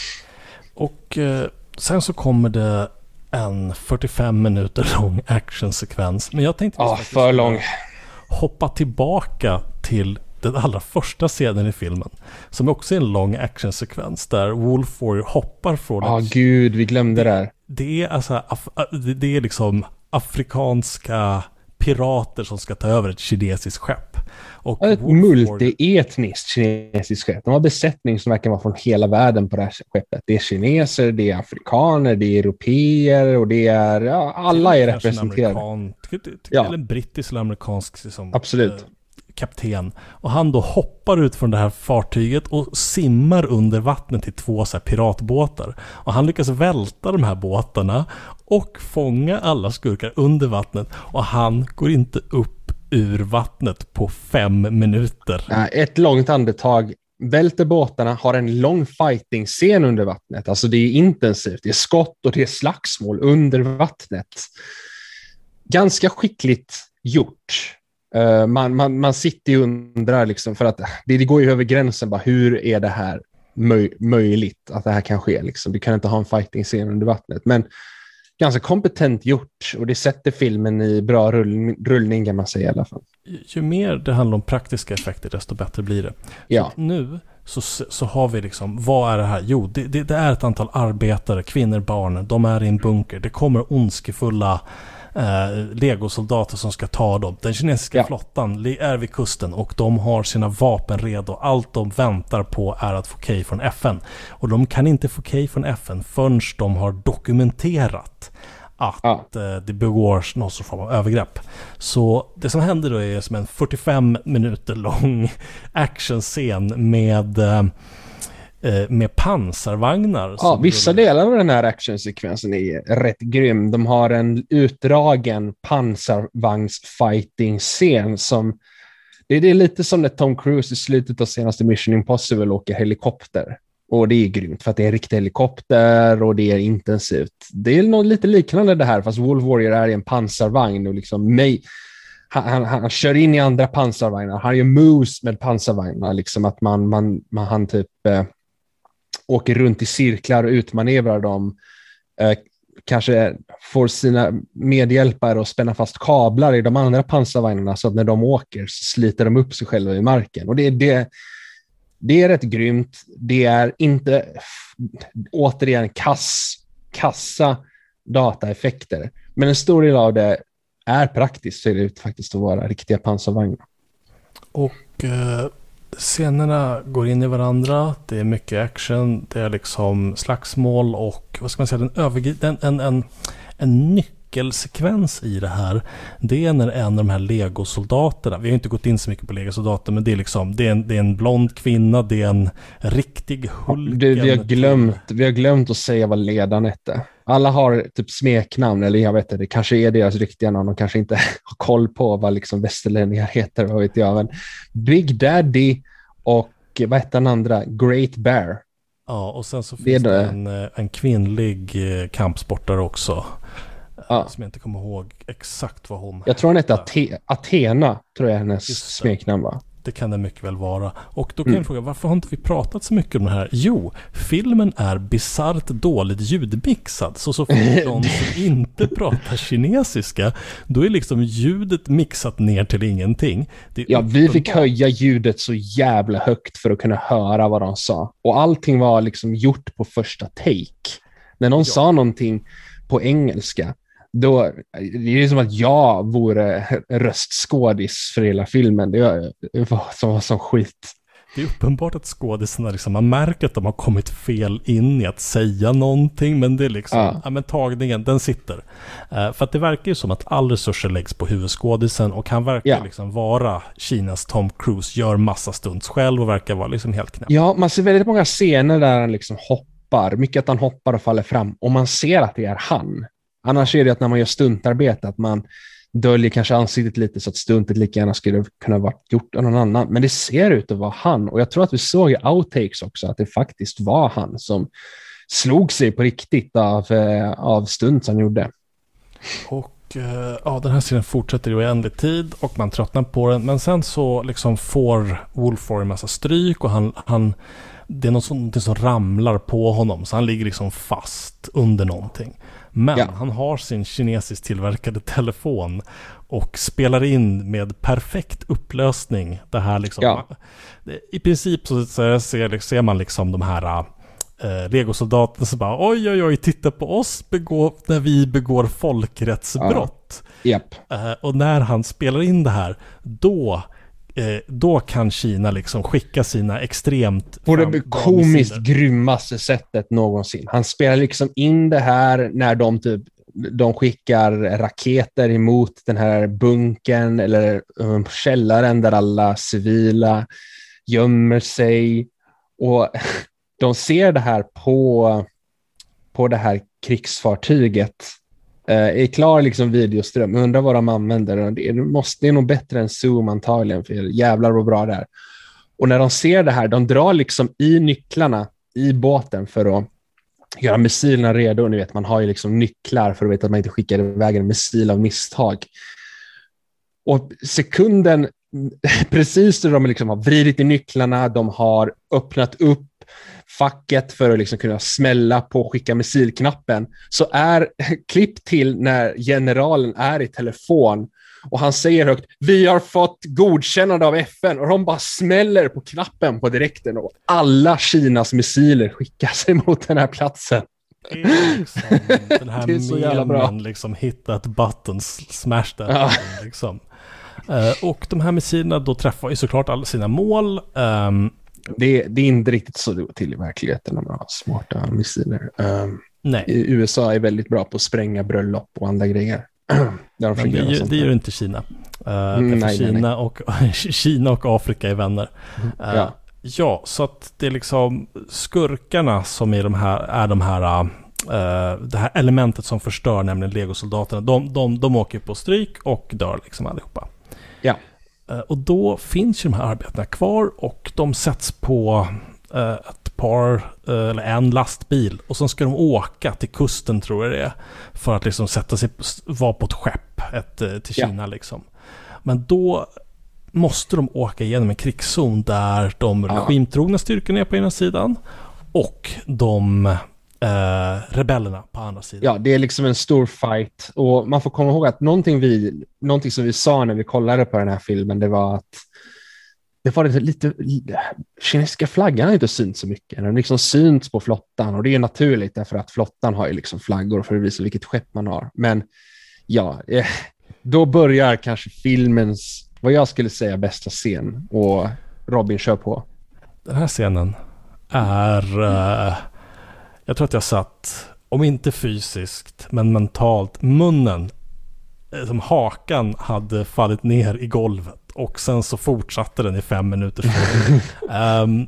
Och eh, sen så kommer det en fyrtiofem minuter lång actionsekvens. Men jag tänkte ja, för lång. hoppa tillbaka till den allra första scenen i filmen, som också är en lång actionsekvens där Wolf Warrior hoppar från... Ja, oh, gud, vi glömde det där. Det är alltså af- det är liksom afrikanska pirater som ska ta över ett kinesiskt skepp. Och ett multietniskt kinesiskt skepp. De har besättning som verkar vara från hela världen på det här skeppet. Det är kineser, det är afrikaner, det är europeer och det är... Ja, alla är representerade. Amerikan, ja. Eller brittisk eller amerikansk liksom, absolut. Eh, kapten. Och han då hoppar ut från det här fartyget och simmar under vattnet till två så här piratbåtar. Och han lyckas välta de här båtarna och fånga alla skurkar under vattnet. Och han går inte upp ur vattnet på fem minuter. Ett långt andetag, välter båtarna, har en lång fighting-scen under vattnet. Alltså det är intensivt, det är skott och det är slagsmål under vattnet. Ganska skickligt gjort. Uh, man, man, man sitter ju och undrar liksom, för att det, det går ju över gränsen bara, hur är det här möj, möjligt att det här kan ske liksom. Du kan inte ha en fighting-scen under vattnet, men ganska kompetent gjort, och det sätter filmen i bra rull, rullning kan man säga i alla fall. Ju, ju mer det handlar om praktiska effekter, desto bättre blir det. Ja. Så nu så, så har vi liksom, vad är det här? Jo, det, det, det är ett antal arbetare, kvinnor, barn, de är i en bunker. Det kommer ondskefulla eh, legosoldater som ska ta dem. Den kinesiska ja. flottan är vid kusten och de har sina vapen redo. Allt de väntar på är att få okej från F N. Och de kan inte få okej från F N förrän de har dokumenterat att ja. det begås någon form av övergrepp. Så det som händer då är som en fyrtiofem minuter lång actionscen med med pansarvagnar. Ja, vissa delar av den här actionsekvensen är rätt grym. De har en utdragen pansarvagns-fighting-scen som det är, det är lite som när Tom Cruise i slutet av senaste Mission Impossible åker helikopter. Och det är grymt för att det är en riktig helikopter och det är intensivt. Det är nog lite liknande det här, fast Wolf Warrior är i en pansarvagn och liksom mig, han, han, han kör in i andra pansarvagnar. Han gör moves med pansarvagnar, liksom att man, man, man han typ eh, åker runt i cirklar och utmanövrar dem. Eh, kanske får sina medhjälpare att spänna fast kablar i de andra pansarvagnarna så att när de åker så sliter de upp sig själva i marken. Och det är det Det är rätt grymt. Det är inte återigen kass, kassa dataeffekter. Men en stor del av det är praktiskt, så är det ut faktiskt att vara riktiga pansarvagnar. Och eh, scenerna går in i varandra. Det är mycket action. Det är liksom slagsmål och vad ska man säga, den överg- en, en, en, en nyckelsekvens i det här. Det är när en av de här legosoldaterna, vi har inte gått in så mycket på legosoldater, men det är liksom det är en, det är en blond kvinna, det är en riktig Hulken. Du, vi, har glömt, vi har glömt att säga vad ledaren hette. Alla har typ smeknamn, eller jag vet inte, det kanske är deras riktiga namn, de kanske inte har koll på vad liksom västerlänningar heter, vad vet jag, men Big Daddy och vad heter den andra? Great Bear. Ja, och sen så finns det, det en, en kvinnlig kampsportare också. Ja. Som jag inte kommer ihåg exakt vad hon Jag tror hon hette Ate- Athena, tror jag hennes smeknamn var. Det kan det mycket väl vara. Och då kan mm. jag fråga, varför har inte vi pratat så mycket om det här? Jo, filmen är bizarrt dåligt ljudmixad. Så så fort någon som inte pratar kinesiska, då är liksom ljudet mixat ner till ingenting. Det ja, vi fick höja ljudet så jävla högt för att kunna höra vad de sa. Och allting var liksom gjort på första take. När någon ja. sa någonting på engelska, då det är som att jag vore röstskådis för hela filmen. Det var som, som skit. Det är uppenbart att skådisarna liksom, man märker att de har kommit fel in i att säga någonting, men det är liksom, ja, ja men tagningen, den sitter. Uh, för att det verkar ju som att all resurser läggs på huvudskådisen och han verkar ja. liksom vara Kinas Tom Cruise, gör massa stunts själv och verkar vara liksom helt knäpp. Ja, man ser väldigt många scener där han liksom hoppar, mycket att han hoppar och faller fram och man ser att det är han. Annars är det att när man gör stuntarbete att man döljer kanske ansiktet lite så att stuntet lika gärna skulle kunna vara gjort av någon annan. Men det ser ut att vara han. Och jag tror att vi såg i outtakes också att det faktiskt var han som slog sig på riktigt av, av stunt som han gjorde. Och ja, den här serien fortsätter i oändlig tid och man tröttnar på den. Men sen så liksom får Wolford en massa stryk och han... han det är något som, som ramlar på honom så han ligger liksom fast under någonting. Men ja. han har sin kinesiskt tillverkade telefon och spelar in med perfekt upplösning det här liksom. Ja. I princip så ser, ser man liksom de här äh, legosoldaterna som bara oj oj oj, titta på oss begå, när vi begår folkrättsbrott. Ja. Yep. Äh, och när han spelar in det här, då då kan Kina liksom skicka sina extremt på det komiskt grymmaste sättet någonsin. Han spelar liksom in det här när de typ de skickar raketer emot den här bunkern eller um, källaren där alla civila gömmer sig och de ser det här på på det här krigsfartyget i klar liksom videoström. Jag undrar vad de använder. Det är, måste, det är nog bättre än Zoom antagligen, för jävlar vad bra det är. Och när de ser det här, de drar liksom i nycklarna i båten för att göra missilerna redo. Ni vet, man har ju liksom nycklar för att veta att man inte skickar iväg en missil av misstag. Och sekunden, precis när de liksom har vridit i nycklarna, de har öppnat upp facket för att liksom kunna smälla på skicka missilknappen, så är klipp till när generalen är i telefon och han säger högt, vi har fått godkännande av F N, och de bara smäller på knappen på direkten och alla Kinas missiler skickar sig mot den här platsen. Det är liksom, den här det är så jävla bra. Liksom hitta ett button, smash that ja. liksom. uh, och de här missilerna då träffar ju såklart alla sina mål. Um, Det, det är inte riktigt så det går till i verkligheten när man har smarta missiler. Um, Nej. U S A är väldigt bra på att spränga bröllop och andra grejer. de det, är, det är ju inte Kina. Uh, mm, nej, Kina, nej, nej. Och, Kina och Afrika är vänner. Uh, ja. ja, så att det är liksom skurkarna som är de här, är de här uh, det här elementet som förstör, nämligen legosoldaterna. De, de, de åker på stryk och dör liksom allihopa. Ja. Och då finns ju de här arbetena kvar och de sätts på uh, ett par, uh, eller en lastbil, och så ska de åka till kusten, tror jag det är, för att liksom sätta sig, vara på ett skepp ett, uh, till Kina. Ja. Liksom. Men då måste de åka igenom en krigszon där de ja. regimtrogna styrkorna är på ena sidan och de Uh, rebellerna på andra sidan. Ja, det är liksom en stor fight och man får komma ihåg att någonting, vi, någonting som vi sa när vi kollade på den här filmen, det var att det var lite, lite kinesiska flaggan har inte synts så mycket. Den liksom synts på flottan och det är naturligt därför att flottan har ju liksom flaggor för att visa vilket skepp man har. Men ja, eh, då börjar kanske filmens, vad jag skulle säga, bästa scen, och Robin kör på. Den här scenen är uh... jag tror att jag satt, om inte fysiskt, men mentalt, munnen, som hakan hade fallit ner i golvet. Och sen så fortsatte den i fem minuter. um,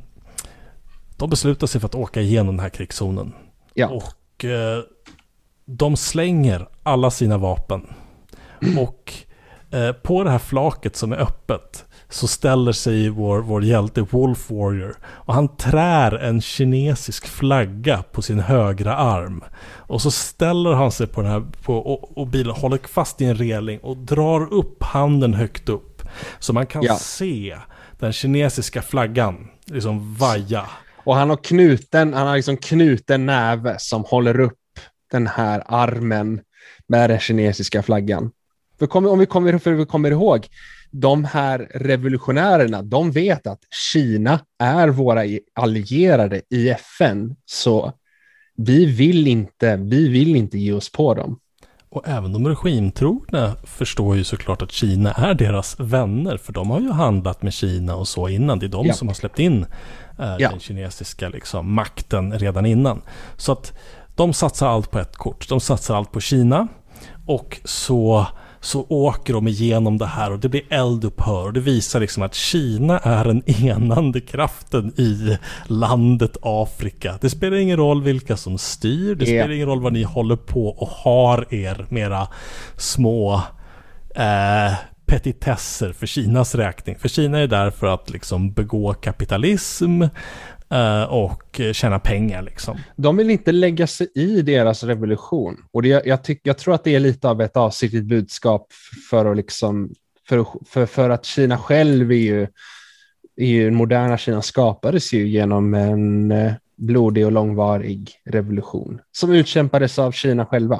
de beslutar sig för att åka igenom den här krigszonen. Ja. Och uh, de slänger alla sina vapen. Och eh, på det här flaket som är öppet så ställer sig vår, vår hjälte Wolf Warrior och han trär en kinesisk flagga på sin högra arm. Och så ställer han sig på den här på, och, och bilen håller fast i en reling och drar upp handen högt upp. Så man kan ja. se den kinesiska flaggan liksom vaja. Och han har knuten, han har liksom knuten näve som håller upp den här armen med den kinesiska flaggan. För kom, om vi kommer, för vi kommer ihåg, de här revolutionärerna, de vet att Kina är våra allierade i F N. Så vi vill inte, vi vill inte ge oss på dem. Och även de regimtrogna förstår ju såklart att Kina är deras vänner. För de har ju handlat med Kina och så innan. Det är de ja. som har släppt in äh, ja. den kinesiska liksom, makten redan innan. Så att de satsar allt på ett kort. De satsar allt på Kina. Och så, så åker de igenom det här och det blir eldupphör. Och det visar liksom att Kina är den enande kraften i landet Afrika. Det spelar ingen roll vilka som styr. Det spelar yeah. ingen roll vad ni håller på och har er mera små eh, petitesser för Kinas räkning. För Kina är där för att liksom begå kapitalism och tjäna pengar liksom. De vill inte lägga sig i deras revolution. Och det, jag, tyck, jag tror att det är lite av ett avsiktligt budskap för att liksom för, för, för att Kina själv är ju, är ju moderna Kina skapades ju genom en blodig och långvarig revolution som utkämpades av Kina själva.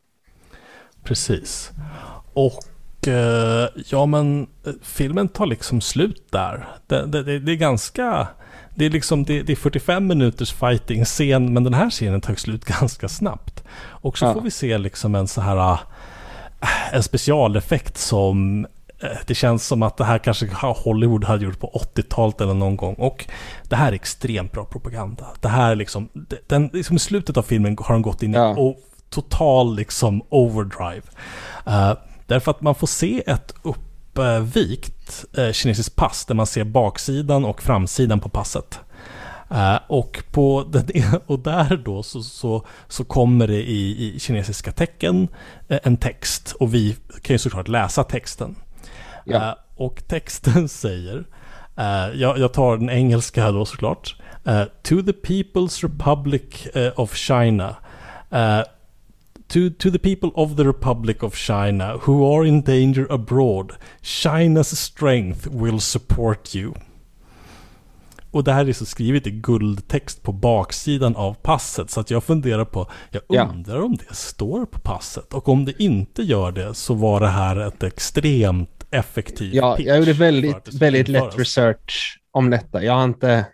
Precis. Och ja, men filmen tar liksom slut där. Det, det, det är ganska Det är liksom det, det är fyrtiofem minuters fighting-scen, men den här scenen tar slut ganska snabbt. Och så ja. får vi se liksom en så här en specialeffekt som det känns som att det här kanske Hollywood hade gjort på åttiotalet eller någon gång. Och det här är extremt bra propaganda. Det här liksom, den, liksom i slutet av filmen har den gått in ja. i o, total liksom overdrive. Uh, därför att man får se ett upp vikt eh, kinesiskt pass där man ser baksidan och framsidan på passet. Eh, och, på den, och där då så, så, så kommer det i, i kinesiska tecken eh, en text och vi kan ju såklart läsa texten. Ja. Eh, och texten säger eh, jag, jag tar den engelska då såklart. Eh, to the People's Republic eh, of China. Eh, To, to the people of the Republic of China who are in danger abroad, China's strength will support you. Och det här är så skrivet i guldtext på baksidan av passet, så att jag funderar på, jag undrar ja. om det står på passet. Och om det inte gör det så var det här ett extremt effektivt ja, pitch. Jag gjorde väldigt, väldigt lätt research om detta. Jag har inte...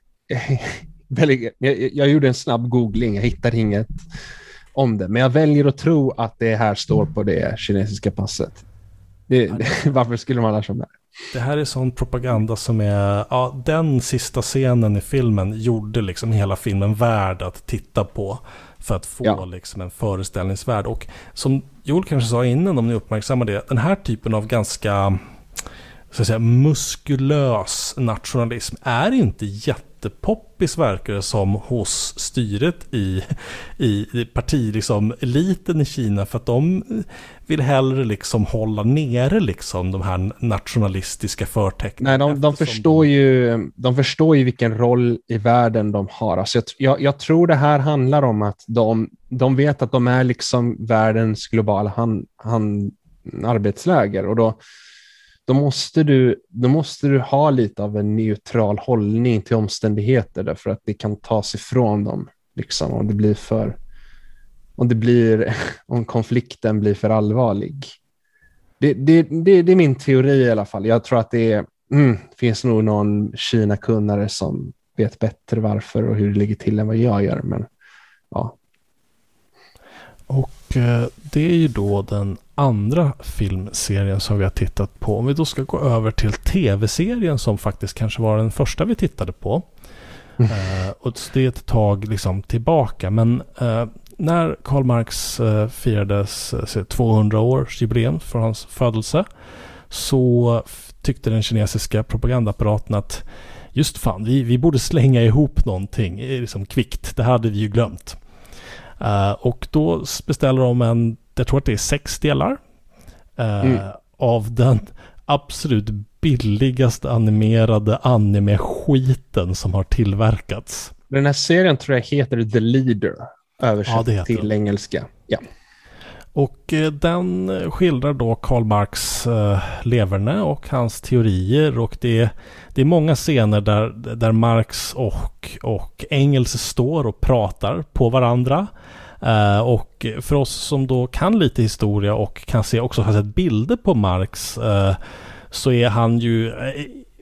jag, jag gjorde en snabb googling, jag hittade inget om det. Men jag väljer att tro att det här står på det kinesiska passet. Det, det, varför skulle man lära om det? Det här är sån propaganda som är... Ja, den sista scenen i filmen gjorde liksom hela filmen värd att titta på för att få ja. liksom en föreställningsvärd. Och som Joel kanske sa innan, om ni uppmärksammar det, den här typen av ganska så att säga, muskulös nationalism är inte jättepoppis, verkar det som, hos styret i, i, i parti, liksom, eliten i Kina, för att de vill hellre liksom hålla nere liksom de här nationalistiska förtecknen. Nej, de, de, förstår de... Ju, de förstår ju vilken roll i världen de har. Alltså jag, jag, jag tror det här handlar om att de, de vet att de är liksom världens globala hand, hand, arbetsläger, och då Då måste, du, då måste du ha lite av en neutral hållning till omständigheter, därför att det kan tas ifrån dem liksom, om det blir för om det blir om konflikten blir för allvarlig. Det, det, det, det är min teori i alla fall. Jag tror att det är, mm, finns nog någon Kina-kunnare som vet bättre varför och hur det ligger till än vad jag gör, men ja. Och eh, det är ju då den andra filmserien som vi har tittat på. Om vi då ska gå över till tv-serien som faktiskt kanske var den första vi tittade på. Mm. Eh, och det är ett tag liksom tillbaka. Men eh, när Karl Marx eh, firades eh, tvåhundra-årsjubileum för hans födelse, så tyckte den kinesiska propagandaapparaten att just fan, vi, vi borde slänga ihop någonting liksom kvickt. Det hade vi ju glömt. Uh, och då beställer de en, jag tror att det är sex delar uh, mm. av den absolut billigaste animerade anime-skiten som har tillverkats. Den här serien tror jag heter The Leader, översatt Ja, till den. engelska. Ja. Och eh, den skildrar då Karl Marx eh, leverne och hans teorier, och det, det är många scener där, där Marx och, och Engels står och pratar på varandra. Uh, och för oss som då kan lite historia och kan se också har sett bilder på Marx, uh, så är han ju uh,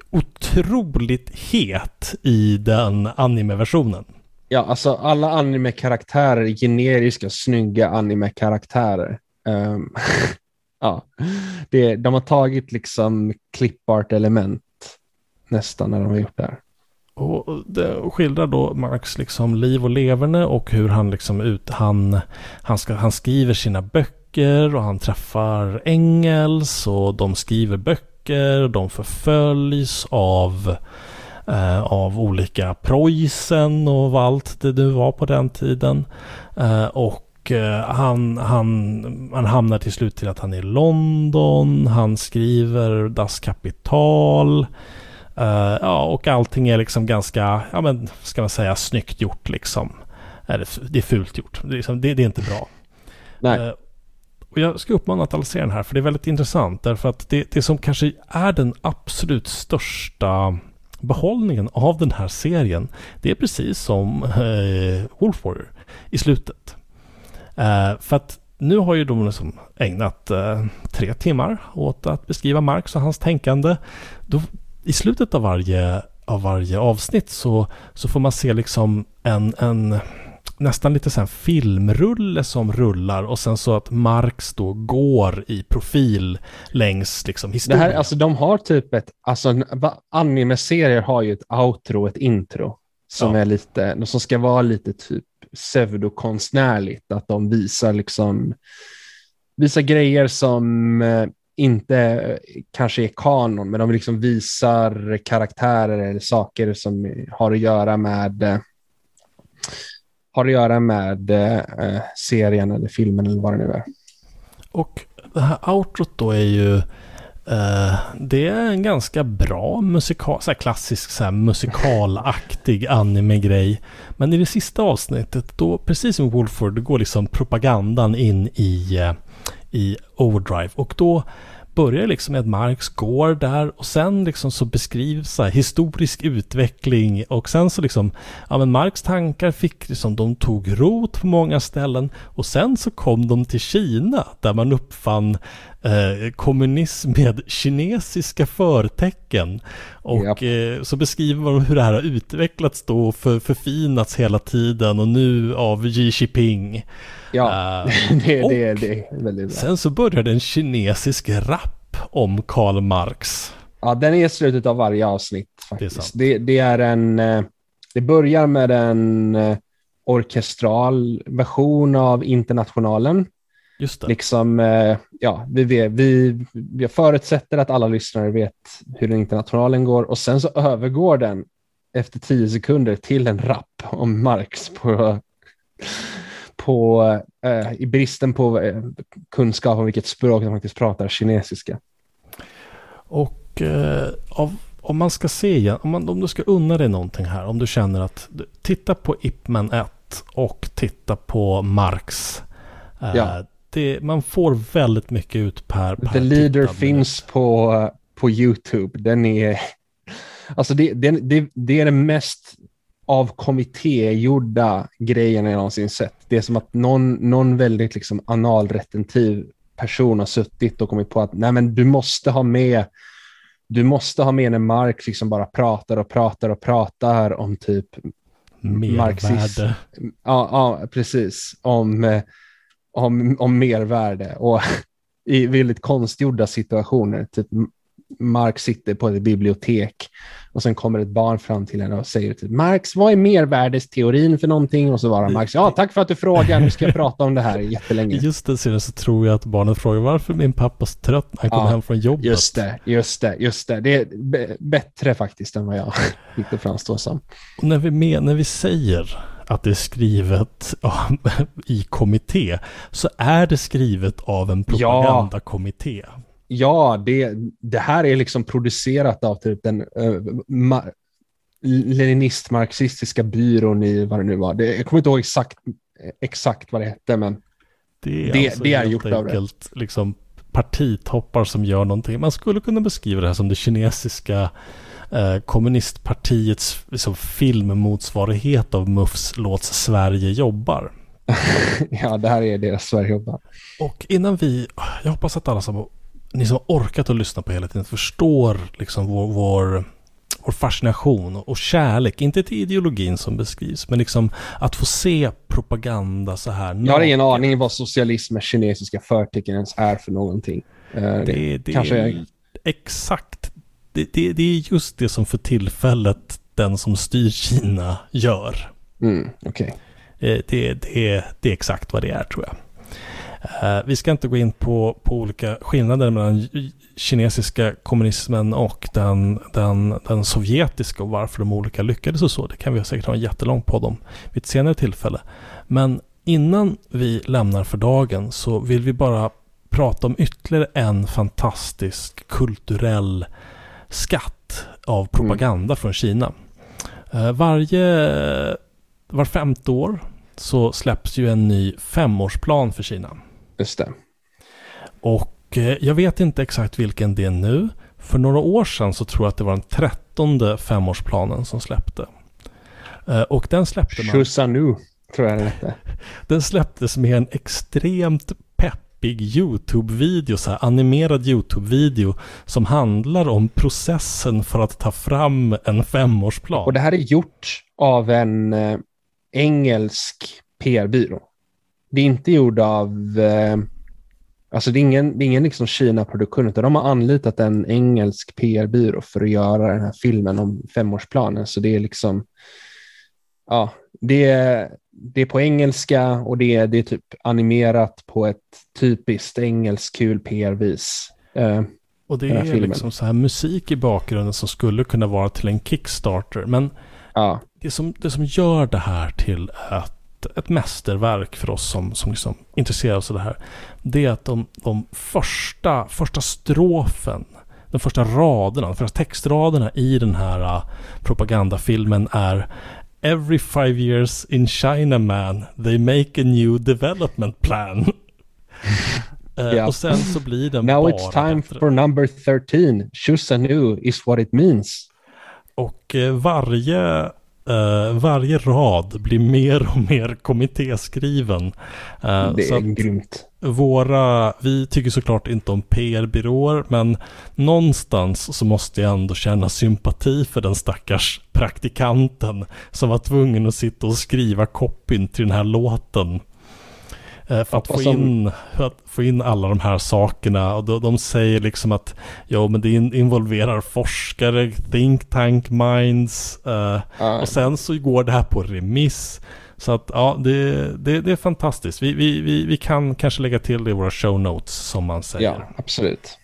otroligt het i den anime-versionen. Ja, alltså alla anime-karaktärer är generiska, snygga anime-karaktärer. Um, ja, det, de har tagit liksom clipart-element nästan när de har gjort det här. Och det skildrar då Marx liksom liv och leverne och hur han liksom ut, han, han, ska, han skriver sina böcker och han träffar Engels och de skriver böcker, de förföljs av, eh, av olika Preussen och vad allt det nu var på den tiden. Eh, och eh, han, han, han hamnar till slut till att han är i London, han skriver Das Kapital. Uh, ja, och allting är liksom ganska, ja men ska man säga, snyggt gjort liksom. Eller, det är fult gjort. Det är, liksom, det, det är inte bra. Nej. Uh, och jag ska uppmana att alla ser den här, för det är väldigt intressant. Därför att det, det som kanske är den absolut största behållningen av den här serien, det är precis som uh, Wolf Warrior i slutet. Uh, för att nu har ju de liksom ägnat uh, tre timmar åt att beskriva Marx och hans tänkande. Då i slutet av varje, av varje avsnitt så, så får man se liksom en, en nästan lite så här filmrulle som rullar, och sen så att Marx då går i profil längs liksom historien. Det här, alltså de har typ ett, alltså anime-serier har ju ett outro, ett intro som ja. är lite, som ska vara lite typ pseudokonstnärligt, att de visar liksom visar grejer som inte kanske är kanon, men de liksom visar karaktärer eller saker som har att göra med har att göra med eh, serien eller filmen eller vad det nu är. Och det här outrot då är ju eh, det är en ganska bra musikal, så här klassisk så här musikalaktig anime-grej. Men i det sista avsnittet då, precis som Wolford, det går liksom propagandan in i i overdrive, och då börjar liksom med att Marx går där och sen liksom så beskrivs så här historisk utveckling, och sen så liksom ja men Marx tankar fick liksom, de tog rot på många ställen, och sen så kom de till Kina där man uppfann eh, kommunism med kinesiska förtecken, och eh, så beskriver man hur det här har utvecklats då och för, förfinats hela tiden, och nu av Xi Jinping. Ja, uh, det, det, det, det är väldigt bra. Sen så började en kinesisk rap om Karl Marx. Ja, den är i slutet av varje avsnitt faktiskt. Det är, det, det är en det börjar med en orkestral version av Internationalen. Just det. Liksom, ja, vi, vet, vi, vi förutsätter att alla lyssnare vet hur den Internationalen går, och sen så övergår den efter tio sekunder till en rap om Marx på På, eh, i bristen på eh, kunskap om vilket språk de faktiskt pratar, kinesiska. Och eh, av, om man ska se igen, om, man, om du ska unna dig någonting här, om du känner att titta på Ip Man ett och titta på Marx. Eh, ja. det, man får väldigt mycket ut per, per The Leader finns på, på YouTube. Den är alltså det, det, det, det är den mest av kommittégjorda grejerna jag någonsin sett. Det är som att någon, någon väldigt liksom analretentiv person har suttit och kommit på att nej, men du måste ha med du måste ha med när Marx liksom bara pratar och pratar och pratar om typ marxism. Ja, ja, precis. Om, om, om mervärde och i väldigt konstgjorda situationer. Typ Marx sitter på ett bibliotek och sen kommer ett barn fram till henne och säger typ, Marx, vad är mervärdesteorin för någonting? Och så var Marx, ja tack för att du frågar, nu ska jag prata om det här jättelänge. Just det, så, så tror jag att barnet frågar varför min pappa så trött när han kommer ja, hem från jobbet. Just det, just det, just det. Det är b- bättre faktiskt än vad jag fick det framstå som. Och när vi, med, när vi säger att det är skrivet ja, i kommitté, så är det skrivet av en propagandakommitté. Ja, det, det här är liksom producerat av typ den uh, ma- leninist-marxistiska byrån i vad det nu var. Det, jag kommer inte ihåg exakt, exakt vad det hette, men det är, det, alltså det är helt gjort av det. enkelt liksom partitoppar som gör någonting. Man skulle kunna beskriva det här som det kinesiska eh, kommunistpartiets liksom, filmmotsvarighet av M U Fs Låt Sverige jobbar. Ja, det här är deras Sverige jobbar. Och innan vi, jag hoppas att alla som ni som har orkat att lyssna på hela tiden förstår liksom vår, vår, vår fascination och kärlek, inte till ideologin som beskrivs, men liksom att få se propaganda så här. Jag har ingen aning vad socialism med kinesiska förtecken ens är för någonting. Det, det, det kanske är jag... exakt, det, det, det är just det som för tillfället den som styr Kina gör. Mm, okej. Det, det, det, det är exakt vad det är, tror jag. Uh, vi ska inte gå in på, på olika skillnader mellan kinesiska kommunismen och den, den, den sovjetiska och varför de olika lyckades och så. Det kan vi säkert ha en jättelång podd om vid ett senare tillfälle. Men innan vi lämnar för dagen så vill vi bara prata om ytterligare en fantastisk kulturell skatt av propaganda mm. från Kina. Uh, varje, var femte år så släpps ju en ny femårsplan för Kina. Just det. Och eh, jag vet inte exakt vilken det är nu. För några år sedan så tror jag att det var den trettonde femårsplanen som släppte. Eh, och den släppte man... Shusanu, tror jag det hette. Den släpptes med en extremt peppig YouTube-video, så här animerad YouTube-video som handlar om processen för att ta fram en femårsplan. Och det här är gjort av en eh, engelsk P R-byrå. Det är inte gjord av eh, alltså det är ingen, det är ingen liksom Kina-produktion, utan de har anlitat en engelsk P R-byrå för att göra den här filmen om femårsplanen. Så det är liksom ja, det är, det är på engelska och det är, det är typ animerat på ett typiskt engelskt kul P R-vis. Eh, och det är liksom så här musik i bakgrunden som skulle kunna vara till en Kickstarter, men ja. det, som, det som gör det här till ett ett mästerverk för oss som, som liksom intresserar oss av det här, det är att de, de första, första strofen, de första raderna, de första textraderna i den här uh, propagandafilmen är "Every five years in China, man, they make a new development plan." uh, yeah. Och sen så blir den Now bara it's time bättre. For number thirteen. Choose a new is what it means. Och uh, varje Uh, varje rad blir mer och mer kommittéskriven. Uh, det så är grymt. Våra, vi tycker såklart inte om P R-byråer, men någonstans så måste jag ändå känna sympati för den stackars praktikanten som var tvungen att sitta och skriva copyn till den här låten. För att, få in, för att få in alla de här sakerna. Och de, de säger liksom att ja, men det involverar forskare, think tank minds. Uh, uh. Och sen så går det här på remiss. Så att ja, det, det, det är fantastiskt. Vi, vi, vi, vi kan kanske lägga till det i våra show notes, som man säger. Ja, absolut.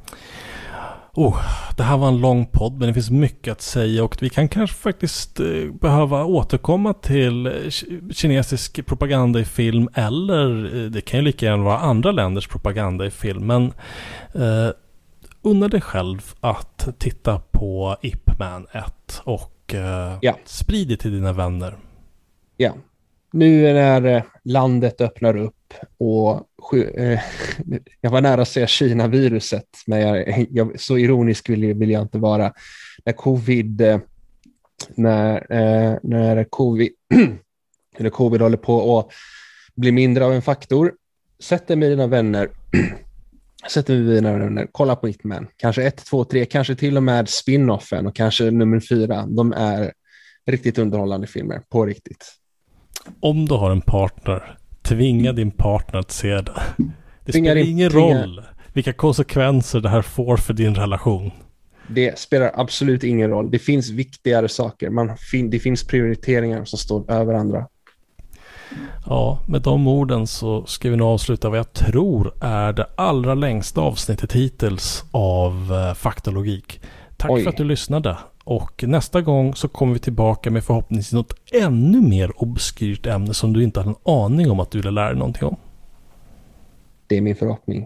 Oh, det här var en lång podd, men det finns mycket att säga och vi kan kanske faktiskt eh, behöva återkomma till eh, kinesisk propaganda i film, eller eh, det kan ju lika gärna vara andra länders propaganda i film, men eh, unna dig själv att titta på Ip Man ett och eh, ja. sprid det till dina vänner. Ja, nu när landet öppnar upp och eh, jag var nära att säga Kina-viruset, men jag, jag, så ironisk vill, vill jag inte vara. När covid eh, när, eh, när covid eller covid håller på att bli mindre av en faktor, sätter med dina vänner sätter med dina vänner, kolla på Ip Man. Kanske ett, två, tre, kanske till och med spin-offen och kanske nummer fyra. De är riktigt underhållande filmer, på riktigt. Om du har en partner, tvinga din partner att se det. Det tvinga spelar din, ingen tvinga... roll vilka konsekvenser det här får för din relation. Det spelar absolut ingen roll. Det finns viktigare saker. Man fin- det finns prioriteringar som står över andra. Ja, med de orden så ska vi nu avsluta vad jag tror är det allra längsta avsnittet hittills av uh, Faktalogik. Tack Oj. för att du lyssnade. Och nästa gång så kommer vi tillbaka med förhoppningsvis något ännu mer obskyrt ämne som du inte hade en aning om att du ville lära dig någonting om. Det är min förhoppning.